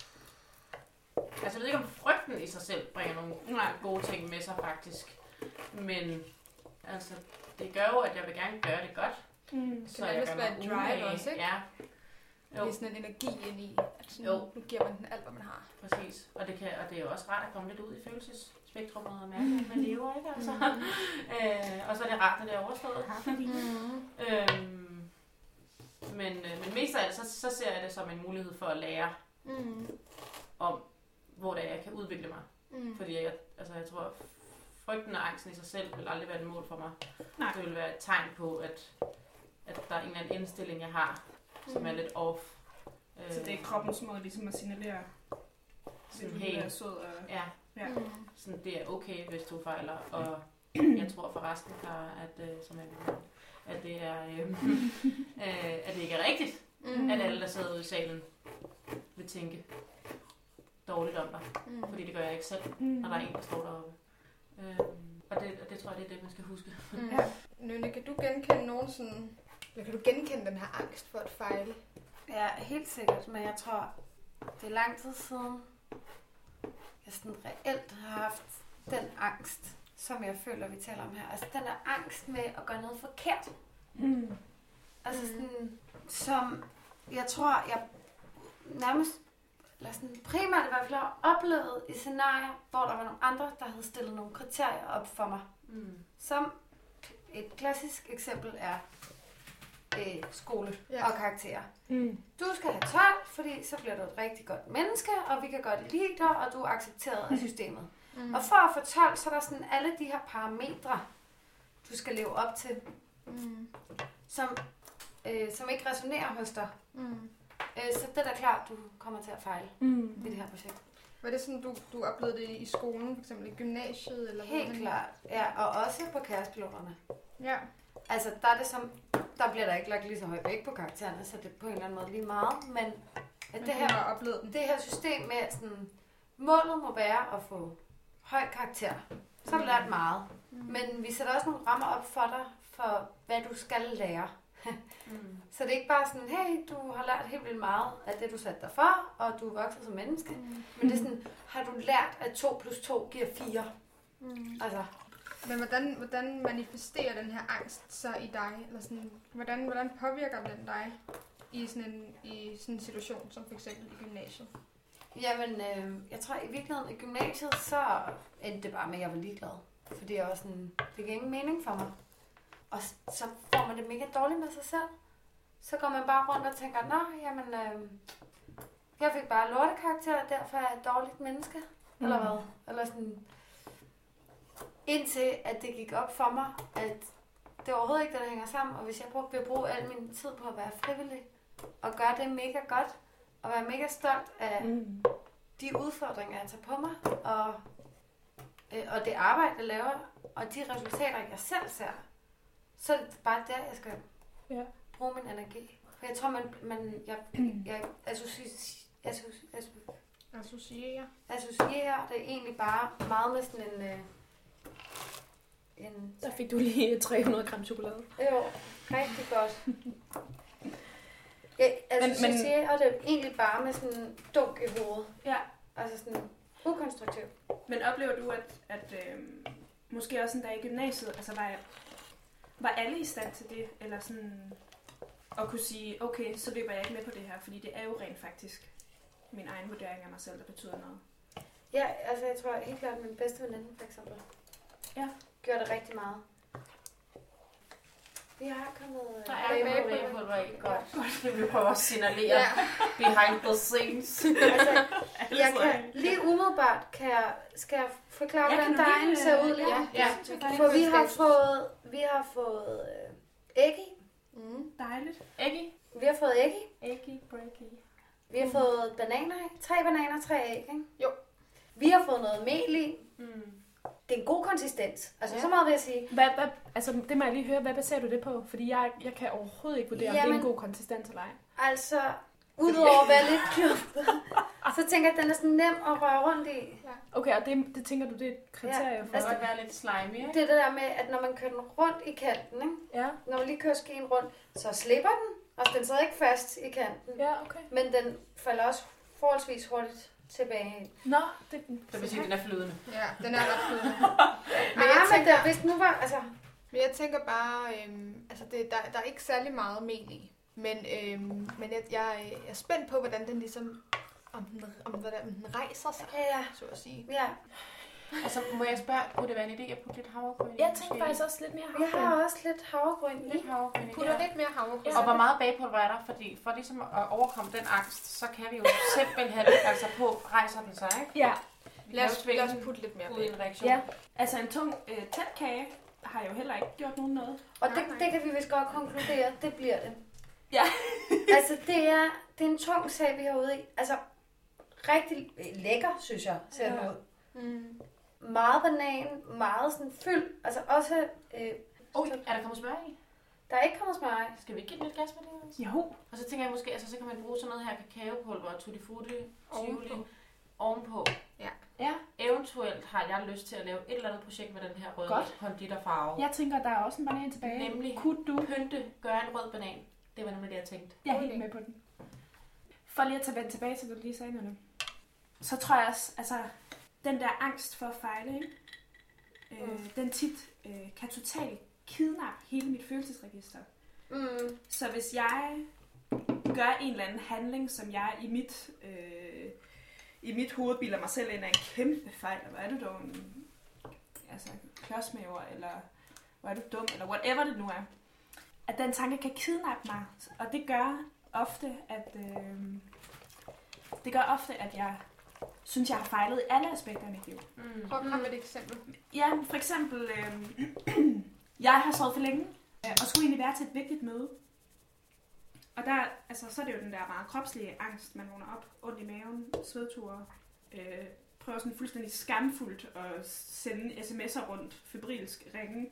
Speaker 5: Altså, jeg ved ikke, om frygten i sig selv bringer nogle
Speaker 3: Nej.
Speaker 5: gode ting med sig, faktisk. Men altså, det gør jo, at jeg vil gerne gøre det godt.
Speaker 3: Mm.
Speaker 5: Så
Speaker 1: nærmest
Speaker 5: jeg gør
Speaker 1: være
Speaker 5: mig
Speaker 1: et drive
Speaker 5: umage.
Speaker 1: også, ikke?
Speaker 5: Ja,
Speaker 1: Det
Speaker 5: jo,
Speaker 1: er sådan en energi ind i, at sådan,
Speaker 5: Jo.
Speaker 1: nu giver man den alt, hvad man har.
Speaker 5: præcis. Og det, kan, og det er jo også rart at komme lidt ud i følelsesspektrummet og mærke, at man lever, ikke? Altså. øh, og så er det rart, når det er overstået.
Speaker 4: Mm.
Speaker 5: øhm, men, øh, men mest af alt, så, så ser jeg det som en mulighed for at lære
Speaker 4: Mm.
Speaker 5: om, hvor det er, jeg kan udvikle mig.
Speaker 4: Mm.
Speaker 5: Fordi jeg, altså, jeg tror, frygten og angsten i sig selv vil aldrig være et mål for mig.
Speaker 3: Nej.
Speaker 5: Det vil være et tegn på, at, at der er en eller anden indstilling, jeg har, som er lidt off.
Speaker 3: Så det er kroppens måde ligesom at signalere,
Speaker 5: sådan,
Speaker 3: at du
Speaker 5: hey,
Speaker 3: er sød og...
Speaker 5: ja,
Speaker 3: Ja.
Speaker 4: Mm.
Speaker 5: sådan, det er okay, hvis du fejler. Og jeg tror forresten, der, at, øh, som jeg, at, det er, øh, øh, at det ikke er rigtigt,
Speaker 4: Mm.
Speaker 5: at alle, der sidder ude i salen, vil tænke dårligt om dig.
Speaker 4: Mm.
Speaker 5: Fordi det gør jeg ikke selv,
Speaker 3: Mm.
Speaker 5: når der er en, der står deroppe. Øhm, og, det, og det tror jeg, det er det, man skal huske.
Speaker 4: Mm.
Speaker 3: Ja.
Speaker 1: Nynne, kan du genkende nogen sådan... Eller kan du genkende den her angst for at fejle?
Speaker 4: Ja, helt sikkert, men jeg tror, det er lang tid siden, jeg sådan reelt har haft den angst, som jeg føler, vi taler om her. Altså den der angst med at gøre noget forkert.
Speaker 3: Mm.
Speaker 4: Altså
Speaker 1: Mm.
Speaker 4: sådan, som jeg tror, jeg nærmest, eller sådan primært i hvert fald har oplevet i scenarier, hvor der var nogle andre, der havde stillet nogle kriterier op for mig.
Speaker 5: Mm.
Speaker 4: Som et klassisk eksempel er øh, skole
Speaker 1: Ja.
Speaker 4: og karakterer.
Speaker 3: Mm.
Speaker 4: Du skal have tolv, fordi så bliver du et rigtig godt menneske, og vi kan godt lide dig, og du er accepteret af systemet.
Speaker 1: Mm.
Speaker 4: Og for at få tolv, så er der sådan alle de her parametre, du skal leve op til,
Speaker 1: Mm.
Speaker 4: som, øh, som ikke resonerer hos dig.
Speaker 1: Mm.
Speaker 4: Øh, så det er da klart, du kommer til at fejle
Speaker 3: Mm.
Speaker 4: i det her projekt.
Speaker 1: Var det sådan, du, du oplevede det i skolen, for eksempel i gymnasiet? Eller
Speaker 4: Helt
Speaker 1: hvordan?
Speaker 4: klart. Ja, og også på kærespiloterne.
Speaker 1: Ja.
Speaker 4: Altså, der er det som, der bliver der ikke lagt lige så højt vægt på karaktererne, så det er på en eller anden måde lige meget. Men, at
Speaker 1: Men
Speaker 4: det
Speaker 1: du
Speaker 4: her
Speaker 1: har oplevet den.
Speaker 4: det her system med, at sådan, målet må være at få høj karakter. Så har du lært meget.
Speaker 1: Mm.
Speaker 4: Men vi sætter også nogle rammer op for dig, for hvad du skal lære.
Speaker 5: Mm.
Speaker 4: Så det er ikke bare sådan, hey, du har lært helt vildt meget af det, du satte dig for, og du er vokset som menneske.
Speaker 1: Mm.
Speaker 4: Men det er sådan, har du lært, at to plus to giver fire?
Speaker 1: Mm.
Speaker 4: Altså,
Speaker 1: Men hvordan, hvordan manifesterer den her angst så i dig? Eller sådan, hvordan, hvordan påvirker den dig i sådan, en, i sådan en situation, som for eksempel i gymnasiet?
Speaker 4: jamen, øh, jeg tror i virkeligheden i gymnasiet, så endte det bare med, at jeg var ligeglad. Fordi jeg var sådan, det gav ingen mening for mig. Og s- så får man det mega dårligt med sig selv. Så går man bare rundt og tænker, nå, jamen, øh, Jeg fik bare lortekarakter, og derfor er jeg et dårligt menneske. Mm. Eller hvad? Eller sådan... Indtil at det gik op for mig, at det er overhovedet ikke det, der hænger sammen. Og hvis jeg brug, vil bruge al min tid på at være frivillig, og gøre det mega godt, og være mega stolt af mm. de udfordringer, jeg tager på mig, og, øh, og det arbejde, jeg laver, og de resultater, jeg selv ser, så er det bare der, jeg skal ja. bruge min energi. For jeg tror, man, man jeg, jeg associerer,
Speaker 1: associerer.
Speaker 4: associerer det egentlig bare meget med sådan en... Øh, en
Speaker 2: der fik du lige tre hundrede gram chokolade.
Speaker 4: Jo, rigtig godt. Jeg associerer men, men, det egentlig bare med sådan en dunk i hovedet.
Speaker 2: Ja.
Speaker 4: Altså sådan ukonstruktiv.
Speaker 2: Men oplever du, at, at øh, måske også sådan der i gymnasiet, altså var, jeg, var alle i stand til det? Eller sådan at kunne sige, okay, så løber jeg ikke med på det her, fordi det er jo rent faktisk min egen vurdering af mig selv, der betyder noget.
Speaker 4: Ja, altså jeg tror helt klart, at min bedste veninde for eksempel
Speaker 2: ja.
Speaker 4: gjorde det rigtig meget. Vi har kommet...
Speaker 5: Der er bagepulver i. Godt. Godt. Vi prøver at signalere yeah. behind the scenes.
Speaker 4: altså, jeg kan, lige umiddelbart kan jeg, skal jeg forklare, hvordan dejen ser ud.
Speaker 5: Ja, ja.
Speaker 4: For vi har fået, vi har fået øh, æg i.
Speaker 2: Mm. Dejligt.
Speaker 5: Æg i.
Speaker 4: Vi har fået æg i.
Speaker 5: Æg i, break i.
Speaker 4: Vi har mm. fået bananer i. Tre bananer, tre æg, ikke?
Speaker 1: Jo.
Speaker 4: Vi har fået noget mel i.
Speaker 5: Mm.
Speaker 4: Det er en god konsistens. Altså, ja. så meget vil jeg sige.
Speaker 2: Hvad, hvad, altså, det må jeg lige høre. Hvad baserer du det på? Fordi jeg, jeg kan overhovedet ikke vurdere, Jamen, om det er en god konsistens eller ej.
Speaker 4: Altså, udover at være lidt klumpet, så tænker jeg, at den er sådan nem at røre rundt i.
Speaker 2: Ja. Okay, og det, det tænker du, det er et kriterie ja. for
Speaker 5: altså, at være lidt slimy, ikke?
Speaker 4: Det er det der med, at når man kører den rundt i kanten, ikke?
Speaker 2: Ja.
Speaker 4: Når man lige kører skeen rundt, så slipper den, og den sidder ikke fast i kanten.
Speaker 2: Ja, okay.
Speaker 4: Men den falder også forholdsvis hurtigt tilbage.
Speaker 2: Nå, det,
Speaker 5: det vil sige, at den er flydende.
Speaker 1: Ja, den er ret flydende.
Speaker 4: Men jeg ja, tænker, hvis nu var, altså...
Speaker 1: Men jeg tænker bare, øhm, altså det, der, der er ikke særlig meget mel i. Men, øhm, men jeg, jeg er spændt på, hvordan den ligesom, om den, om, hvordan den rejser sig,
Speaker 4: ja.
Speaker 1: så at sige.
Speaker 4: Ja.
Speaker 5: Altså, må jeg spørge, kunne det være en idé at putte lidt havregryn i?
Speaker 2: Jeg tænker faktisk også lidt mere havregryn.
Speaker 4: Jeg har også lidt havregryn i.
Speaker 5: Lidt havregryn i.
Speaker 1: Putter lidt mere havregryn.
Speaker 5: Og hvor meget bagepulver er der? Fordi for ligesom at overkomme den angst, så kan vi jo simpelthen altså på, rejser den sig, ikke?
Speaker 2: Ja.
Speaker 1: Lad os, lad os putte lidt mere
Speaker 5: ud i en reaktion.
Speaker 2: Ja. Altså en tung øh, tæt kage har jo heller ikke gjort nogen noget.
Speaker 4: Og det, det kan vi vist godt konkludere, det bliver det.
Speaker 2: Ja.
Speaker 4: altså det er, det er en tung sag, vi har ude i. Altså rigtig lækker, synes jeg, ser ja. den ud. Mm. Meget banan, meget sådan fyld. Altså også... Øh,
Speaker 5: Oj, er der kommet smør i?
Speaker 4: Der er ikke kommet smør i.
Speaker 5: Skal vi ikke give lidt gas med det? Altså?
Speaker 2: Jo.
Speaker 5: Og så tænker jeg måske, altså så kan man bruge sådan noget her kakaopulver, tutti frutti, tivoli, ovenpå.
Speaker 1: Ja.
Speaker 5: Ja. Eventuelt har jeg lyst til at lave et eller andet projekt med den her røde
Speaker 2: Godt.
Speaker 5: konditorfarve.
Speaker 2: Jeg tænker, der er også en banan tilbage.
Speaker 5: Nemlig
Speaker 2: kunne du
Speaker 5: pynte, gøre en rød banan. Det var nemlig det, jeg tænkte.
Speaker 2: Jeg er helt med på den. For lige at tage vende tilbage til, hvad du lige sagde nu. Så tror jeg også, altså den der angst for at fejle, ikke? Øh, mm. den tit øh, kan totalt kidnappe hele mit følelsesregister. Mm. Så hvis jeg gør en eller anden handling, som jeg i mit, øh, i mit hoved bilder mig selv ind, er en kæmpe fejl, eller er du dog en altså, klodsmaver, eller hvor er du dum, eller whatever det nu er, at den tanke kan kidnappe mig, og det gør ofte, at øh, det gør ofte, at jeg synes, jeg har fejlet i alle aspekter af mit liv.
Speaker 1: Mm. Prøv at komme med et eksempel.
Speaker 2: Ja, for eksempel, øh, jeg har sovet for længe, og skulle egentlig være til et vigtigt møde. Og der, altså, så er det jo den der meget kropslige angst, man vågner op, ondt i maven, svedture, øh, prøver sådan fuldstændig skamfuldt at sende sms'er rundt, febrilsk ringe.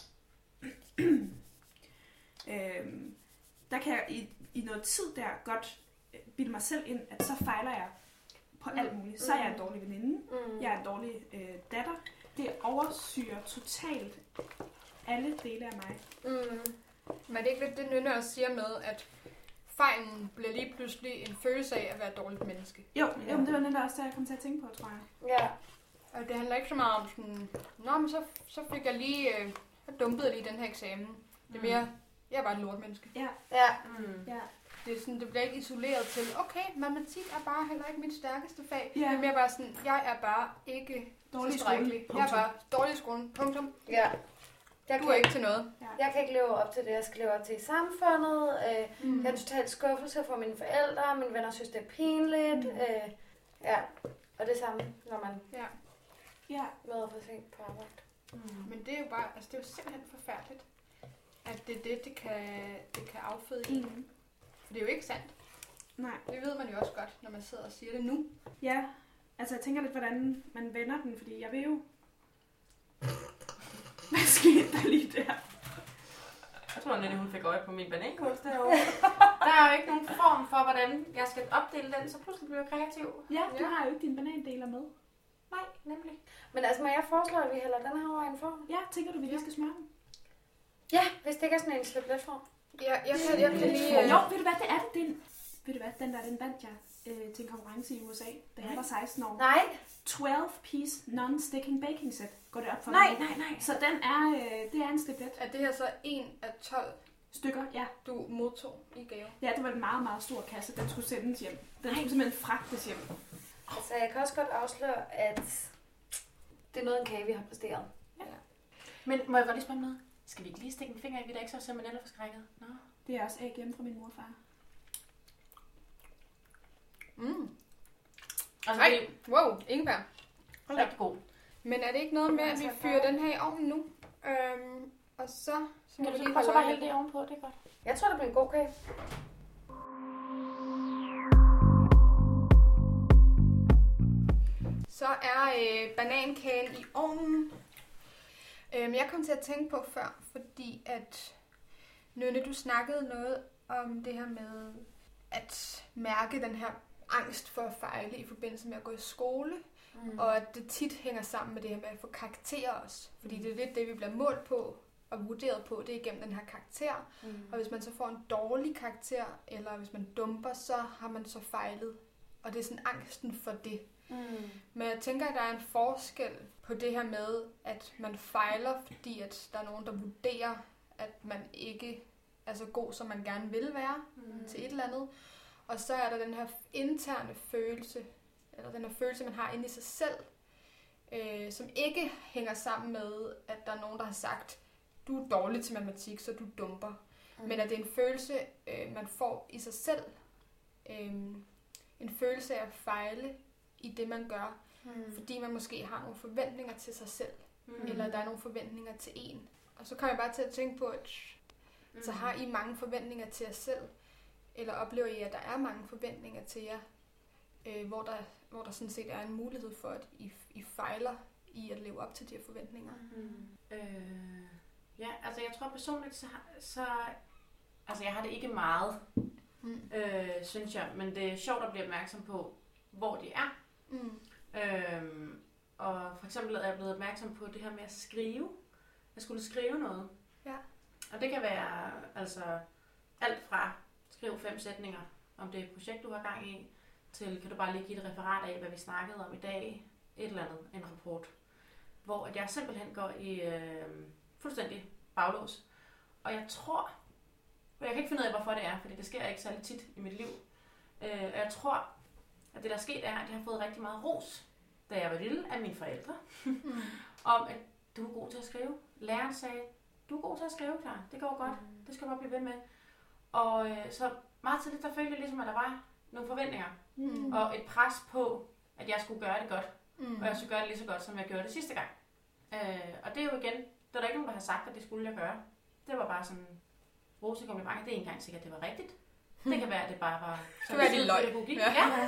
Speaker 2: øh, der kan jeg i, i noget tid der godt bilde mig selv ind, at så fejler jeg på alt muligt. Så er jeg en dårlig veninde, mm. jeg er en dårlig øh, datter. Det oversyrer totalt alle dele af mig.
Speaker 1: Mm. Men det er ikke lidt det, Nynne også siger med, at fejlen bliver lige pludselig en følelse af at være et dårligt menneske.
Speaker 2: Jo, ja. jo men det var netop også det, jeg kom til at tænke på, tror jeg.
Speaker 1: Ja. Og det handler ikke så meget om sådan, nå, men så, så fik jeg lige, øh, så dumpede jeg lige den her eksamen. Det er mere, mm. jeg er bare et lortmenneske.
Speaker 2: Ja.
Speaker 4: Ja.
Speaker 2: Mm. ja.
Speaker 1: Det, er sådan, det bliver ikke isoleret til, okay, matematik er bare heller ikke mit stærkeste fag.
Speaker 2: Ja.
Speaker 1: Det er mere bare sådan, jeg er bare ikke
Speaker 2: dårlig
Speaker 1: skrækkelig. Jeg er bare dårlig i skolen. Punktum.
Speaker 4: Ja. Jeg
Speaker 1: Du
Speaker 4: kan,
Speaker 1: er ikke til noget.
Speaker 4: jeg kan ikke leve op til det, jeg skal leve op til i samfundet. Øh,
Speaker 1: Mm.
Speaker 4: Jeg er totalt skuffelse for mine forældre. Mine venner synes, det er pinligt.
Speaker 2: Mm.
Speaker 4: Øh, ja, og det samme, når man
Speaker 1: Ja.
Speaker 2: Ja.
Speaker 4: møder for sent på arbejde.
Speaker 5: Mm.
Speaker 1: Men det er jo bare, altså det er jo simpelthen forfærdeligt, at det er det, det kan, det kan afføde i.
Speaker 2: Mm.
Speaker 1: For det er jo ikke sandt.
Speaker 2: Nej.
Speaker 1: Det ved man jo også godt, når man sidder og siger det nu.
Speaker 2: Ja, altså jeg tænker lidt, hvordan man vender den, fordi jeg vil jo... Hvad skete der lige der?
Speaker 5: Jeg tror, Nette, hun fik øje på min banankunst derovre. Der er jo ikke nogen form for, hvordan jeg skal opdele den, så pludselig bliver jeg kreativ.
Speaker 2: Ja, du
Speaker 1: Ja.
Speaker 2: har jo ikke dine banandeler med.
Speaker 5: Nej, nemlig.
Speaker 4: Men altså, må jeg foreslå, at vi hælder den her over i en form?
Speaker 2: Ja, tænker du, vi lige skal smøre den?
Speaker 4: Ja, hvis det ikke er sådan en slip let form.
Speaker 1: Ja, jeg kan, jeg kan lige... øh,
Speaker 2: Jo, ved du hvad, det er det. Den, ved du hvad, den der, den vandt jeg øh, til en konkurrence i U S A, da jeg var seksten år.
Speaker 4: Nej.
Speaker 2: tolv piece non-sticking baking set. Går det op for
Speaker 4: Nej,
Speaker 2: mig?
Speaker 4: nej, nej.
Speaker 2: Så den er, øh, det er en stiplet.
Speaker 1: Er det her så en af tolv,
Speaker 2: Stykker, ja.
Speaker 1: du modtog i gave?
Speaker 2: Ja, det var en meget, meget stor kasse. Den skulle sendes hjem. Den skulle simpelthen fragtes hjem.
Speaker 4: Altså, jeg kan også godt afsløre, at det er noget af en kage, vi har præsteret.
Speaker 5: Men må jeg godt lige spørge om noget? Skal vi ikke lige stikke en finger i, vi der ikke så salmonella forskrækket? Nå.
Speaker 2: Det er også æg hjemme fra min mor og far.
Speaker 1: Mm.
Speaker 5: Altså,
Speaker 1: Nej.
Speaker 5: det
Speaker 1: Wow, ingefær.
Speaker 5: er rigtig god.
Speaker 1: Men er det ikke noget med, at vi
Speaker 4: Altså,
Speaker 1: fyrer
Speaker 4: bare-
Speaker 1: den her i ovnen nu? Øhm, og så... så
Speaker 5: Kan
Speaker 1: må
Speaker 5: du
Speaker 1: vi
Speaker 5: så
Speaker 1: lige
Speaker 5: prøve så
Speaker 1: holde
Speaker 5: bare
Speaker 1: øje
Speaker 5: hælde
Speaker 1: med
Speaker 5: det ovenpå? Det er godt.
Speaker 4: Jeg tror, det bliver en god kage.
Speaker 1: Så er øh, banankagen i ovnen. Øhm, jeg kom til at tænke på før, fordi at Nynne, du snakkede noget om det her med at mærke den her angst for at fejle i forbindelse med at gå i skole, mm. og at det tit hænger sammen med det her med at få karakterer også. Fordi det er lidt det, vi bliver målt på og vurderet på, det er igennem den her karakter.
Speaker 4: Mm.
Speaker 1: Og hvis man så får en dårlig karakter, eller hvis man dumper, så har man så fejlet. Og det er sådan angsten for det.
Speaker 4: Mm.
Speaker 1: Men jeg tænker, at der er en forskel på det her med, at man fejler, fordi at der er nogen, der vurderer, at man ikke er så god, som man gerne vil være
Speaker 4: Mm.
Speaker 1: til et eller andet. Og så er der den her interne følelse, eller den her følelse, man har inde i sig selv, øh, som ikke hænger sammen med, at der er nogen, der har sagt, du er dårlig til matematik, så du dumper. Mm. Men at det er en følelse, øh, man får i sig selv. Øh, en følelse af at fejle i det, man gør.
Speaker 4: Mm.
Speaker 1: Fordi man måske har nogle forventninger til sig selv,
Speaker 5: Mm.
Speaker 1: mm. eller der er nogle forventninger til en. Og så kommer jeg bare til at tænke på, at
Speaker 5: Mm.
Speaker 1: så har I mange forventninger til jer selv, eller oplever I, at der er mange forventninger til jer, øh, hvor, der, hvor der sådan set er en mulighed for, at I, I fejler i at leve op til de her forventninger.
Speaker 5: Mm. Øh, ja, altså jeg tror personligt, så, så altså jeg har det ikke meget,
Speaker 1: Mm.
Speaker 5: øh, synes jeg, men det er sjovt at blive opmærksom på, hvor de er.
Speaker 1: Mm.
Speaker 5: Øhm, og for eksempel er jeg blevet opmærksom på det her med at skrive. Jeg skulle skrive noget.
Speaker 1: Ja.
Speaker 5: Og det kan være altså alt fra skrive fem sætninger om det projekt, du har gang i, til kan du bare lige give et referat af, hvad vi snakkede om i dag, et eller andet, en rapport. Hvor at jeg simpelthen går i øh, fuldstændig baglås. Og jeg tror, og jeg kan ikke finde ud af, hvorfor det er, fordi det sker ikke særlig tit i mit liv. Øh, og jeg tror, at det der er sket er, at jeg har fået rigtig meget ros, da jeg var lille, af mine forældre,
Speaker 1: Mm.
Speaker 5: om at du er god til at skrive. Læreren sagde, du er god til at skrive, klar. Det går godt.
Speaker 4: Mm.
Speaker 5: Det skal du bare blive ved med. Og øh, så meget tidligt, der følte jeg ligesom, at der var nogle forventninger.
Speaker 1: Mm.
Speaker 5: Og et pres på, at jeg skulle gøre det godt.
Speaker 1: Mm.
Speaker 5: Og jeg skulle gøre det lige så godt, som jeg gjorde det sidste gang. Øh, og det er jo igen, der er der ikke nogen, der har sagt, at det skulle jeg gøre. Det var bare sådan rose komplimenter. Det er ikke engang sikkert, at det var rigtigt. Det kan være, at det bare var...
Speaker 1: Det kan være, det er løgn.
Speaker 5: pædagogik.
Speaker 1: Ja.
Speaker 5: Ja.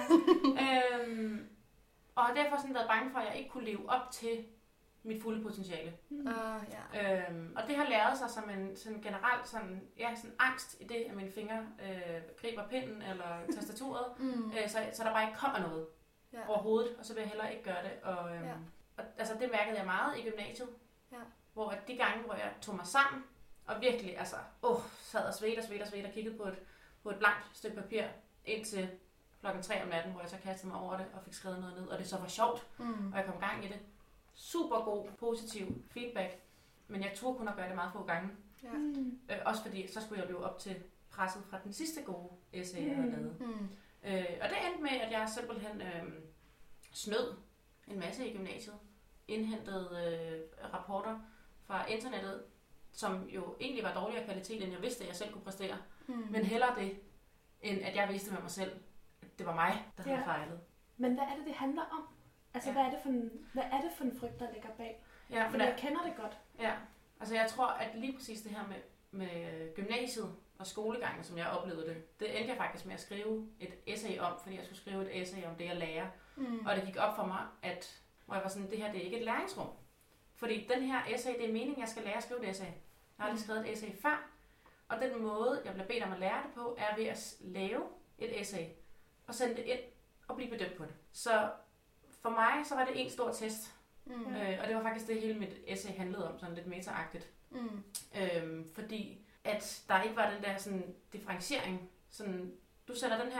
Speaker 5: øhm, og har derfor sådan været bange for, at jeg ikke kunne leve op til mit fulde potentiale.
Speaker 1: Uh, ja.
Speaker 5: Øhm, og det har læret sig som en sådan generelt sådan, ja, sådan angst i det, at mine fingre øh, griber pinden eller tastaturet,
Speaker 1: Mm.
Speaker 5: øh, så, så der bare ikke kommer noget
Speaker 1: Ja.
Speaker 5: overhovedet, og så vil jeg heller ikke gøre det. Og, øhm,
Speaker 1: Ja.
Speaker 5: og altså, det mærkede jeg meget i gymnasiet,
Speaker 1: Ja.
Speaker 5: hvor at de gange, hvor jeg tog mig sammen, og virkelig altså, åh, sad og svedte og svedte og svedte og kiggede på et, på et blankt stykke papir indtil klokken tre om natten, hvor jeg så kastede mig over det og fik skrevet noget ned, og det så var sjovt,
Speaker 1: Mm.
Speaker 5: og jeg kom i gang i det. Super god, positiv feedback, men jeg turde kun at gøre det meget få gange.
Speaker 1: Ja.
Speaker 2: Mm.
Speaker 5: Øh, også fordi, så skulle jeg leve op til presset fra den sidste gode essay, jeg havde lavet.
Speaker 1: Mm.
Speaker 5: Øh, og det endte med, at jeg simpelthen øh, snød en masse i gymnasiet. Indhentede øh, rapporter fra internettet som jo egentlig var dårligere kvalitet, end jeg vidste, at jeg selv kunne præstere.
Speaker 1: Mm.
Speaker 5: Men hellere det, end at jeg vidste med mig selv, at det var mig, der havde
Speaker 3: Ja.
Speaker 5: fejlet.
Speaker 3: Men hvad er det, det handler om? Altså,
Speaker 5: Ja.
Speaker 3: hvad, er det for en, hvad er det for en frygt, der ligger bag?
Speaker 5: Ja, for
Speaker 3: Fordi
Speaker 5: der,
Speaker 3: jeg kender det godt.
Speaker 5: ja, altså jeg tror, at lige præcis det her med, med gymnasiet og skolegangen, som jeg oplevede det, det endte jeg faktisk med at skrive et essay om, fordi jeg skulle skrive et essay om det, jeg lærer.
Speaker 1: Mm.
Speaker 5: Og det gik op for mig, at hvor jeg var sådan, det her det er ikke et læringsrum. Fordi den her essay, det er meningen, jeg skal lære at skrive et essay. Jeg har aldrig skrevet et essay før, og den måde, jeg bliver bedt om at lære det på, er ved at lave et essay, og sende det ind og blive bedømt på det. Så for mig, så var det en stor test.
Speaker 1: Mm.
Speaker 5: Øh, og det var faktisk det, hele mit essay handlede om, sådan lidt meta-agtigt.
Speaker 1: Mm.
Speaker 5: Øhm, fordi at der ikke var den der sådan, differentiering. Sådan, du sender den her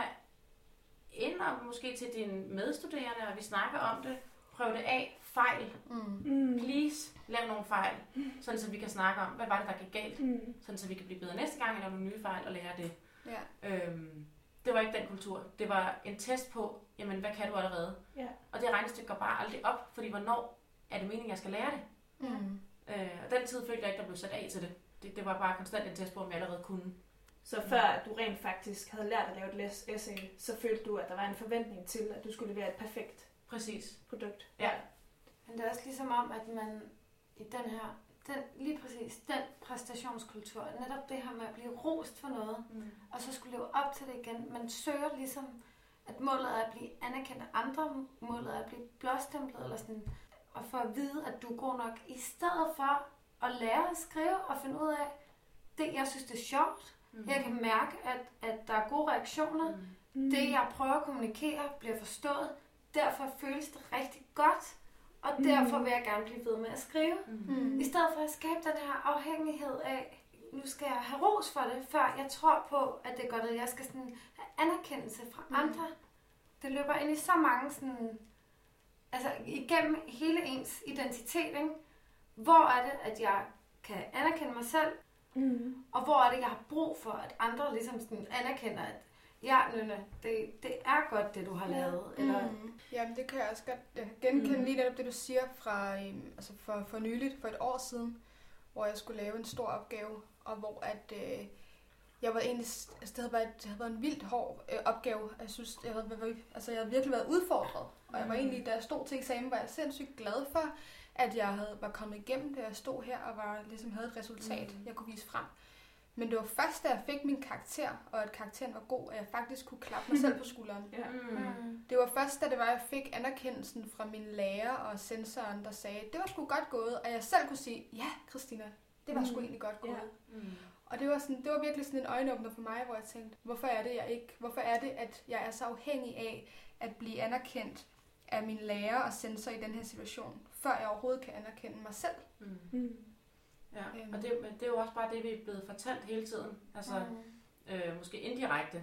Speaker 5: ind, og måske til dine medstuderende, og vi snakker om det. Prøv det af. Fejl.
Speaker 1: Mm.
Speaker 3: Mm.
Speaker 5: Please, lav nogle fejl. Sådan, så vi kan snakke om, hvad var det, der gik galt.
Speaker 3: Mm.
Speaker 5: Sådan, så vi kan blive bedre næste gang, og lave nogle nye fejl og lære det.
Speaker 1: Ja.
Speaker 5: Øhm, det var ikke den kultur. Det var en test på, jamen, hvad kan du allerede?
Speaker 3: Ja.
Speaker 5: Og det regnestykke går bare aldrig op, fordi hvornår er det meningen, jeg skal lære det?
Speaker 1: Mm.
Speaker 5: Øh, og den tid følte jeg ikke, der blev sat af til det. det. Det var bare konstant en test på, om jeg allerede kunne.
Speaker 3: Så før at du rent faktisk havde lært at lave et læs- essay, så følte du, at der var en forventning til, at du skulle levere et perfekt
Speaker 5: Præcis.
Speaker 3: produkt.
Speaker 5: Ja.
Speaker 4: Men det er også ligesom om, at man i den her, den, lige præcis den præstationskultur, netop det her med at blive rost for noget,
Speaker 5: Mm.
Speaker 4: og så skulle leve op til det igen. Man søger ligesom, at målet er at blive anerkendt af andre, målet er at blive blåstemplet, eller sådan, og for at vide, at du er god nok, i stedet for at lære at skrive og finde ud af, det jeg synes det er sjovt.
Speaker 5: Mm.
Speaker 4: Jeg kan mærke, at, at der er gode reaktioner.
Speaker 5: Mm.
Speaker 3: Mm.
Speaker 4: Det jeg prøver at kommunikere bliver forstået. Derfor føles det rigtig godt, og
Speaker 3: Mm.
Speaker 4: derfor vil jeg gerne blive ved med at skrive.
Speaker 5: Mm.
Speaker 1: Mm.
Speaker 4: I stedet for at skabe den her afhængighed af, nu skal jeg have ros for det, før jeg tror på, at det er godt, at jeg skal sådan have anerkendelse fra
Speaker 1: Mm.
Speaker 4: andre. Det løber ind i så mange sådan, altså igennem hele ens identitet, ikke? Hvor er det, at jeg kan anerkende mig selv,
Speaker 3: Mm.
Speaker 4: og hvor er det, jeg har brug for, at andre ligesom sådan anerkender, at ja, Nynne, det, det er godt, det du har lavet. Eller,
Speaker 1: Mm. Jamen, det kan jeg også godt jeg kan genkende
Speaker 5: Mm.
Speaker 1: lige netop det, du siger fra øhm, altså for, for nyligt, for et år siden, hvor jeg skulle lave en stor opgave, og hvor at øh, jeg var egentlig, altså det havde været, det havde været en vildt hård øh, opgave. Jeg synes, jeg havde, været- altså jeg havde virkelig været udfordret, og jeg var egentlig, da jeg stod til eksamen, var jeg sindssygt glad for, at jeg havde, var kommet igennem det, jeg stod her og var, ligesom havde et resultat,
Speaker 5: Mm.
Speaker 1: jeg kunne vise frem. Men det var først, da jeg fik min karakter, og at karakteren var god, at jeg faktisk kunne klappe mig selv på skulderen.
Speaker 3: Ja.
Speaker 5: Mm.
Speaker 1: Det var først, da det var, at jeg fik anerkendelsen fra min lærer og sensoren, der sagde, det var sgu godt gået, og jeg selv kunne sige, ja, Christina, det var sgu
Speaker 3: Mm.
Speaker 1: egentlig godt gået.
Speaker 3: Ja.
Speaker 5: Mm.
Speaker 1: Og det var, sådan, det var virkelig sådan en øjenåbner for mig, hvor jeg tænkte, hvorfor er det, jeg ikke, hvorfor er det, at jeg er så afhængig af at blive anerkendt af min lærer og sensor i den her situation, før jeg overhovedet kan anerkende mig selv.
Speaker 5: Mm.
Speaker 3: Mm.
Speaker 5: Ja,
Speaker 1: Øhm.
Speaker 5: og det, men det er jo også bare det, vi er blevet fortalt hele tiden. Altså,
Speaker 4: Mm.
Speaker 5: øh, måske indirekte.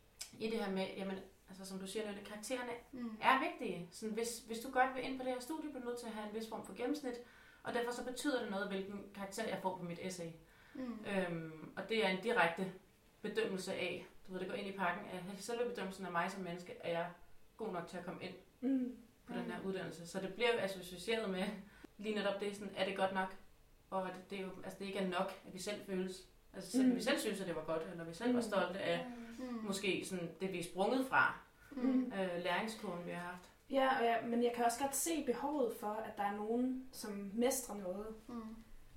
Speaker 5: I det her med, jamen, altså som du siger, Nynne, karaktererne
Speaker 1: Mm.
Speaker 5: er vigtige. Sådan, hvis, hvis du godt vil ind på det her studie, bliver du nødt til at have en vis form for gennemsnit, og derfor så betyder det noget, hvilken karakter jeg får på mit essay.
Speaker 1: Mm.
Speaker 5: Øhm, og det er en direkte bedømmelse af, du ved, det går ind i pakken, af selve bedømmelsen af mig som menneske, er jeg god nok til at komme ind
Speaker 3: Mm.
Speaker 5: på den her uddannelse. Så det bliver jo associeret med lige netop det, sådan, er det godt nok? Og at det, er jo, altså det ikke er nok, at vi selv føles. Altså selv,
Speaker 3: Mm.
Speaker 5: mm. vi selv synes, at det var godt, eller vi selv var stolte af
Speaker 1: Mm.
Speaker 5: måske sådan, det, vi er sprunget fra,
Speaker 1: Mm.
Speaker 5: øh, læringskurven, vi har haft.
Speaker 3: Ja, og ja, men jeg kan også godt se behovet for, at der er nogen, som mestrer noget.
Speaker 1: Mm.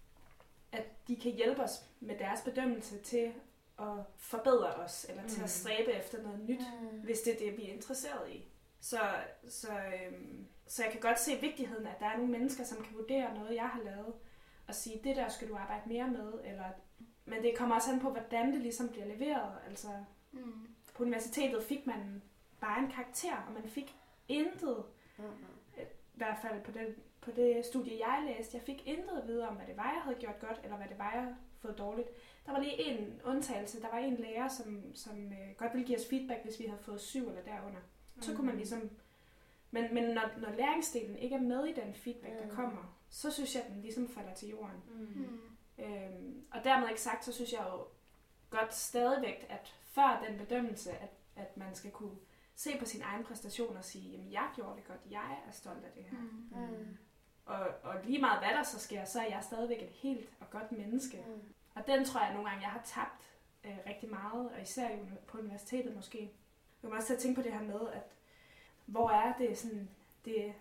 Speaker 3: At de kan hjælpe os med deres bedømmelse til at forbedre os, eller til
Speaker 5: Mm.
Speaker 3: at stræbe efter noget nyt,
Speaker 4: Mm.
Speaker 3: hvis det er det, vi er interesseret i. Så, så, øhm, så jeg kan godt se vigtigheden, at der er nogle mennesker, som kan vurdere noget, jeg har lavet, og sige, det der skal du arbejde mere med, eller... Men det kommer også an på, hvordan det ligesom bliver leveret. Altså,
Speaker 1: Mm.
Speaker 3: på universitetet fik man bare en karakter, og man fik intet,
Speaker 4: Mm.
Speaker 3: i hvert fald på det, på det studie, jeg læste. Jeg fik intet at vide om, hvad det var, jeg havde gjort godt, eller hvad det var, jeg havde fået dårligt. Der var lige en undtagelse. Der var en lærer, som, som øh, godt ville give os feedback, hvis vi havde fået syv eller derunder. Så
Speaker 5: Mm.
Speaker 3: kunne man ligesom... Men, men når, når læringsdelen ikke er med i den feedback, der
Speaker 4: Mm.
Speaker 3: kommer, så synes jeg, at den ligesom falder til jorden.
Speaker 5: Mm.
Speaker 1: Mm.
Speaker 3: Øhm, og dermed ikke sagt, så synes jeg jo godt stadigvæk, at før den bedømmelse, at, at man skal kunne se på sin egen præstation og sige, jamen jeg gjorde det godt, jeg er stolt af det her.
Speaker 1: Mm.
Speaker 4: Mm.
Speaker 3: Og, og lige meget hvad der så sker, så er jeg stadigvæk et helt og godt menneske. Mm. Og den tror jeg nogle gange, jeg har tabt øh, rigtig meget, og især jo på universitetet måske. Jeg må også til at tænke på det her med, at hvor er det sådan, det,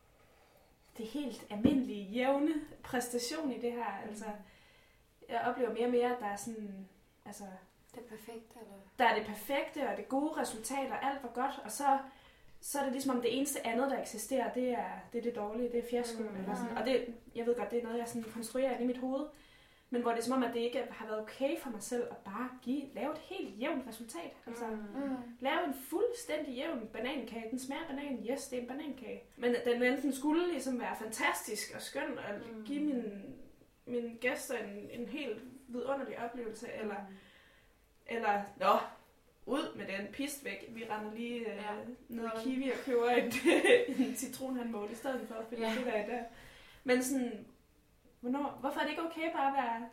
Speaker 3: det helt almindelige, jævne præstation i det her. Mm. Altså, jeg oplever mere og mere, at der er sådan, altså...
Speaker 4: Det perfekte, eller?
Speaker 3: Der er det perfekte, og det gode resultater, alt var godt, og så, så er det ligesom om det eneste andet, der eksisterer, det er det, er det dårlige, det er fiaskoen, mm. eller sådan. Og det, jeg ved godt, det er noget, jeg sådan konstruerer i mit hoved, men hvor det er som om, at det ikke har været okay for mig selv at bare give, lave et helt jævnt resultat. Altså, mm. lave en fuldstændig jævn banankage. Den smager banan, yes, det er en banankage. Men den enten skulle ligesom være fantastisk og skøn, og mm. give mine, mine gæster en, en helt vidunderlig oplevelse, mm. eller, eller, nå, ud med den pist væk. Vi render lige øh, ja. ned i Kiwi og køber en, en citronhandmål i stedet for, fordi ja. det der er der. Men sådan, hvornår, hvorfor er det ikke okay bare at være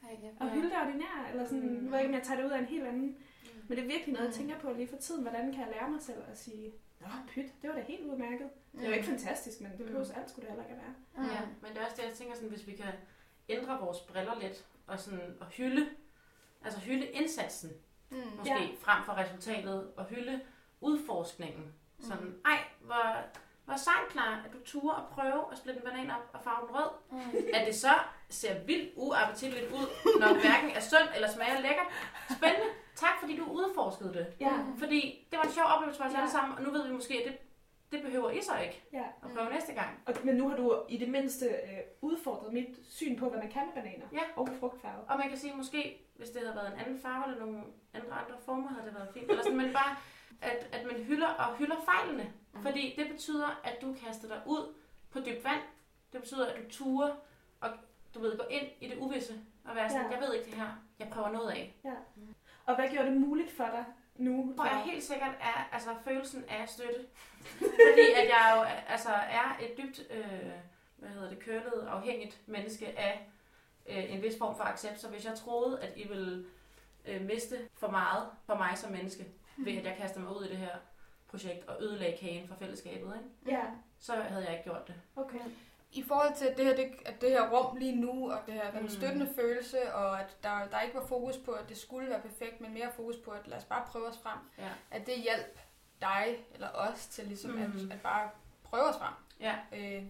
Speaker 3: og hylde det ordinære? Eller sådan, mm. nu ved jeg ikke, om jeg tager det ud af en helt anden. Mm. Men det er virkelig noget, jeg tænker på lige for tiden. Hvordan kan jeg lære mig selv at sige, nå pyt, det var da helt udmærket. Mm. Det er jo ikke fantastisk, men det behøver mm. alt skulle det heller ikke være.
Speaker 5: Mm. Ja, men det er også det, jeg tænker sådan, hvis vi kan ændre vores briller lidt, og sådan og hylde, altså hylde indsatsen, mm. måske ja. frem for resultatet, og hylde udforskningen. Sådan, mm. ej, hvor... Hvor sejt klar, at du turer og prøve at splitte en banan op og farve den rød. Mm. At det så ser vildt uappetitligt ud, når hverken er sundt eller smager lækkert. Spændende. Tak, fordi du udforskede det. Ja. Fordi det var en sjov oplevelse for os ja. alle sammen, og nu ved vi måske, at det, det behøver I så ikke ja. at prøve mm. næste gang.
Speaker 3: Og, men nu har du i det mindste øh, udfordret mit syn på, hvad man kan med bananer ja. og frugtfarve.
Speaker 5: Og man kan sige, måske, hvis det havde været en anden farve eller nogle andre, andre former, havde det været fint. Eller sådan, men bare... At, at man hylder og hylder fejlene. Mm. Fordi det betyder, at du kaster dig ud på dybt vand. Det betyder, at du turer og du ved, gå ind i det uvisse og være sådan, ja. jeg ved ikke det her, jeg prøver noget af. Ja.
Speaker 3: Mm. Og hvad gjorde det muligt for dig nu?
Speaker 5: For jeg helt sikkert er altså, følelsen af støtte. Fordi at jeg jo altså, er et dybt øh, hvad hedder det, kølet, afhængigt menneske af øh, en vis form for accept. Så hvis jeg troede, at I ville øh, miste for meget for mig som menneske, ved at jeg kaster mig ud i det her projekt og ødelagde kagen for fællesskabet, ikke? Ja. Så havde jeg ikke gjort det.
Speaker 1: Okay. I forhold til det her, det, at det her rum lige nu, og det her den støttende mm. følelse, og at der, der ikke var fokus på, at det skulle være perfekt, men mere fokus på, at lad os bare prøve os frem. Ja. At det hjælp dig eller os til ligesom mm. at, at bare prøve os frem. Ja. Øh,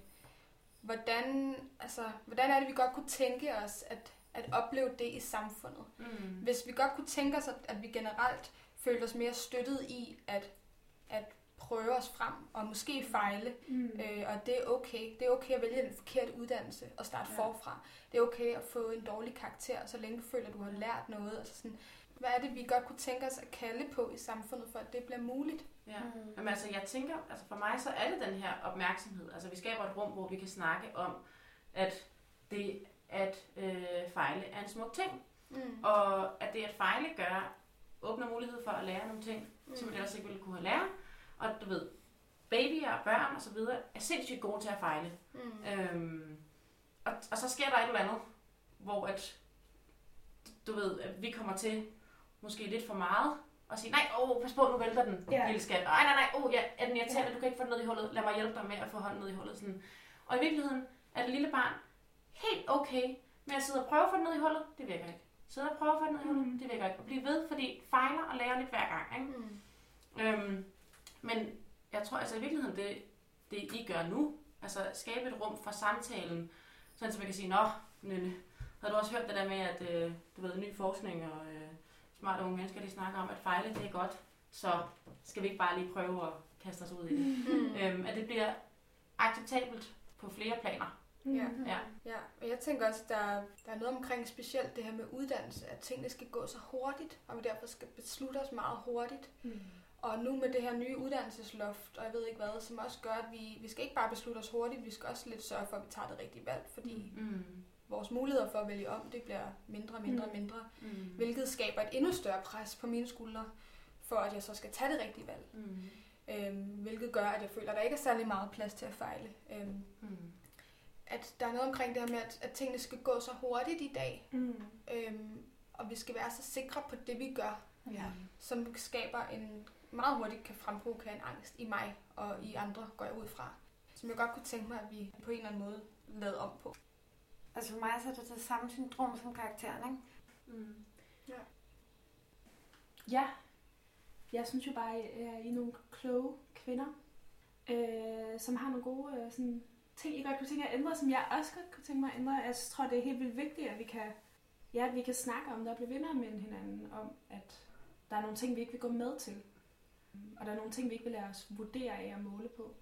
Speaker 1: hvordan, altså, hvordan er det, vi godt kunne tænke os at, at opleve det i samfundet? Mm. Hvis vi godt kunne tænke os, at, at vi generelt følte os mere støttet i at, at prøve os frem og måske fejle, mm. øh, og det er okay. Det er okay at vælge den forkerte uddannelse og starte ja. forfra. Det er okay at få en dårlig karakter, så længe du føler, at du har lært noget. Altså sådan, hvad er det, vi godt kunne tænke os at kalde på i samfundet, for at det bliver muligt?
Speaker 5: Ja. Mm. Jamen, altså, jeg tænker, altså for mig så er det den her opmærksomhed. Altså vi skaber et rum, hvor vi kan snakke om, at det at øh, fejle er en smuk ting. Mm. Og at det at fejle gør åbner mulighed for at lære nogle ting, mm. som man ellers ikke ville kunne have lært. Og du ved, babyer og børn og så videre er sindssygt gode til at fejle. Mm. Øhm, og, og så sker der et eller andet, hvor at, du ved, at vi kommer til måske lidt for meget og sige, nej, åh, pas på, nu vælter den, yeah. lille skat. Nej, nej, nej, åh, ja, er den irriterende, yeah. du kan ikke få den ned i hullet, lad mig hjælpe dig med at få hånden ned i hullet. Sådan. Og i virkeligheden er det lille barn helt okay med at sidde og prøve at få den ned i hullet, det virker ikke. Sidde og prøve at få den ned i hullet, mm. det virker ikke. Og blive ved, fordi fejler og lærer lidt hver gang, ikke? Mm. Øhm, men jeg tror altså i virkeligheden, det, det I gør nu, altså skabe et rum for samtalen, sådan så man kan sige, nå, Nynne, har du også hørt det der med, at øh, du ved, ny forskning og øh, smarte unge mennesker, de snakker om, at fejle, det er godt, så skal vi ikke bare lige prøve at kaste os ud i det. Mm. Øhm, at det bliver acceptabelt på flere planer.
Speaker 1: Ja. Ja. Ja, og jeg tænker også, at der, der er noget omkring specielt det her med uddannelse, at tingene skal gå så hurtigt, og vi derfor skal beslutte os meget hurtigt. Mm. Og nu med det her nye uddannelsesloft, og jeg ved ikke hvad, som også gør, at vi, vi skal ikke bare beslutte os hurtigt, vi skal også lidt sørge for, at vi tager det rigtige valg, fordi mm. vores muligheder for at vælge om, det bliver mindre og mindre og mindre, mm. hvilket skaber et endnu større pres på mine skuldre, for at jeg så skal tage det rigtige valg. Mm. Øhm, hvilket gør, at jeg føler, at der ikke er særlig meget plads til at fejle. Øhm, mm. At der er noget omkring det her med, at, at tingene skal gå så hurtigt i dag, mm. øhm, og vi skal være så sikre på det, vi gør, ja. som skaber en meget hurtigt kan fremprovokere en angst i mig og i andre, går jeg ud fra. som jeg godt kunne tænke mig, at vi på en eller anden måde lavede om på.
Speaker 4: Altså for mig så er det det samme syndrom som karakteren, ikke?
Speaker 5: Mm.
Speaker 3: Ja. Ja. Jeg synes jo bare, at I er nogle kloge kvinder, øh, som har nogle gode øh, sådan, ting, I godt kunne tænke at ændre, som jeg også godt kunne tænke mig at ændre. Jeg tror, det er helt vildt vigtigt, at vi kan, ja, at vi kan snakke om det og blive ved med at minde hinanden om, at der er nogle ting, vi ikke vil gå med til. Og der er nogle ting, vi ikke vil lade os vurdere af og måle på.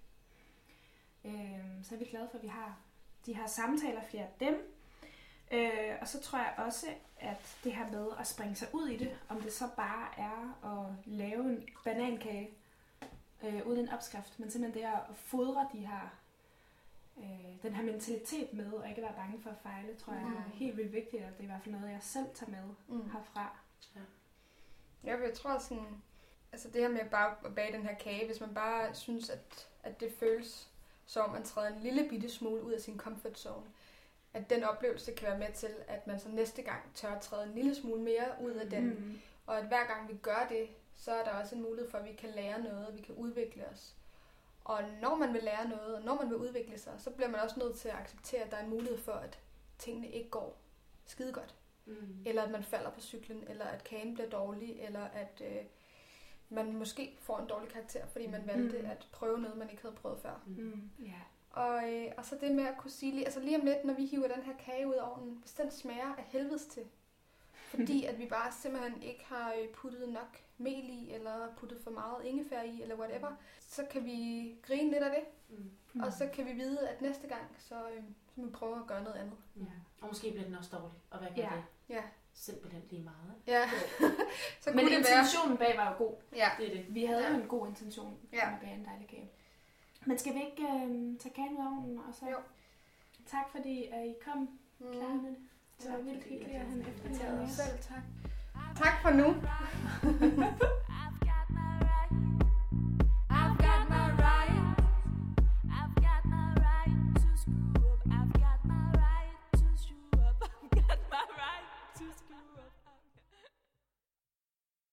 Speaker 3: Øh, så er vi glade for, at vi har de her samtaler, flere af dem. Øh, og så tror jeg også, at det her med at springe sig ud i det, om det så bare er at lave en banankage øh, uden en opskrift, men simpelthen det at fodre de her, øh, den her mentalitet med, og ikke være bange for at fejle, tror jeg er helt vildt vigtigt, og det er i hvert fald noget, jeg selv tager med mm. herfra.
Speaker 1: Ja. Ja, jeg tror sådan, altså det her med bare at bage den her kage, hvis man bare synes, at, at det føles som man træder en lille bitte smule ud af sin comfort zone, at den oplevelse kan være med til, at man så næste gang tør at træde en lille smule mere ud af den. Mm. Og at hver gang vi gør det, så er der også en mulighed for, at vi kan lære noget, og vi kan udvikle os. Og når man vil lære noget, og når man vil udvikle sig, så bliver man også nødt til at acceptere, at der er en mulighed for, at tingene ikke går skide godt. Mm. Eller at man falder på cyklen, eller at kagen bliver dårlig, eller at øh, man måske får en dårlig karakter, fordi man valgte mm. at prøve noget, man ikke havde prøvet før.
Speaker 3: Mm. Yeah.
Speaker 1: Og, øh, og så det med at kunne sige, altså lige om lidt, når vi hiver den her kage ud af ovnen, hvis den smager af helvedes til, fordi at vi bare simpelthen ikke har puttet nok mel i, eller puttet for meget ingefær i, eller whatever, så kan vi grine lidt af det, mm. og så kan vi vide, at næste gang, så, øh, så vi prøver at gøre noget andet.
Speaker 5: Ja. Og måske bliver den også dårlig, og hvad gør
Speaker 3: ja.
Speaker 5: det?
Speaker 1: Ja.
Speaker 5: Simpelthen lige meget.
Speaker 1: Ja. Så
Speaker 3: men intentionen bag var jo god.
Speaker 1: Ja.
Speaker 5: Det er det.
Speaker 3: Vi havde
Speaker 1: ja.
Speaker 3: jo en god intention med
Speaker 1: ja.
Speaker 3: at bage en dejlig kage. Men skal vi ikke øh, tage kagen ud af ovnen? Og så...
Speaker 1: Jo.
Speaker 3: Tak fordi at I kom, mm. Klarne. Det var vildt hyggeligt at have en eftermiddag.
Speaker 1: Selv tak. Tak for nu.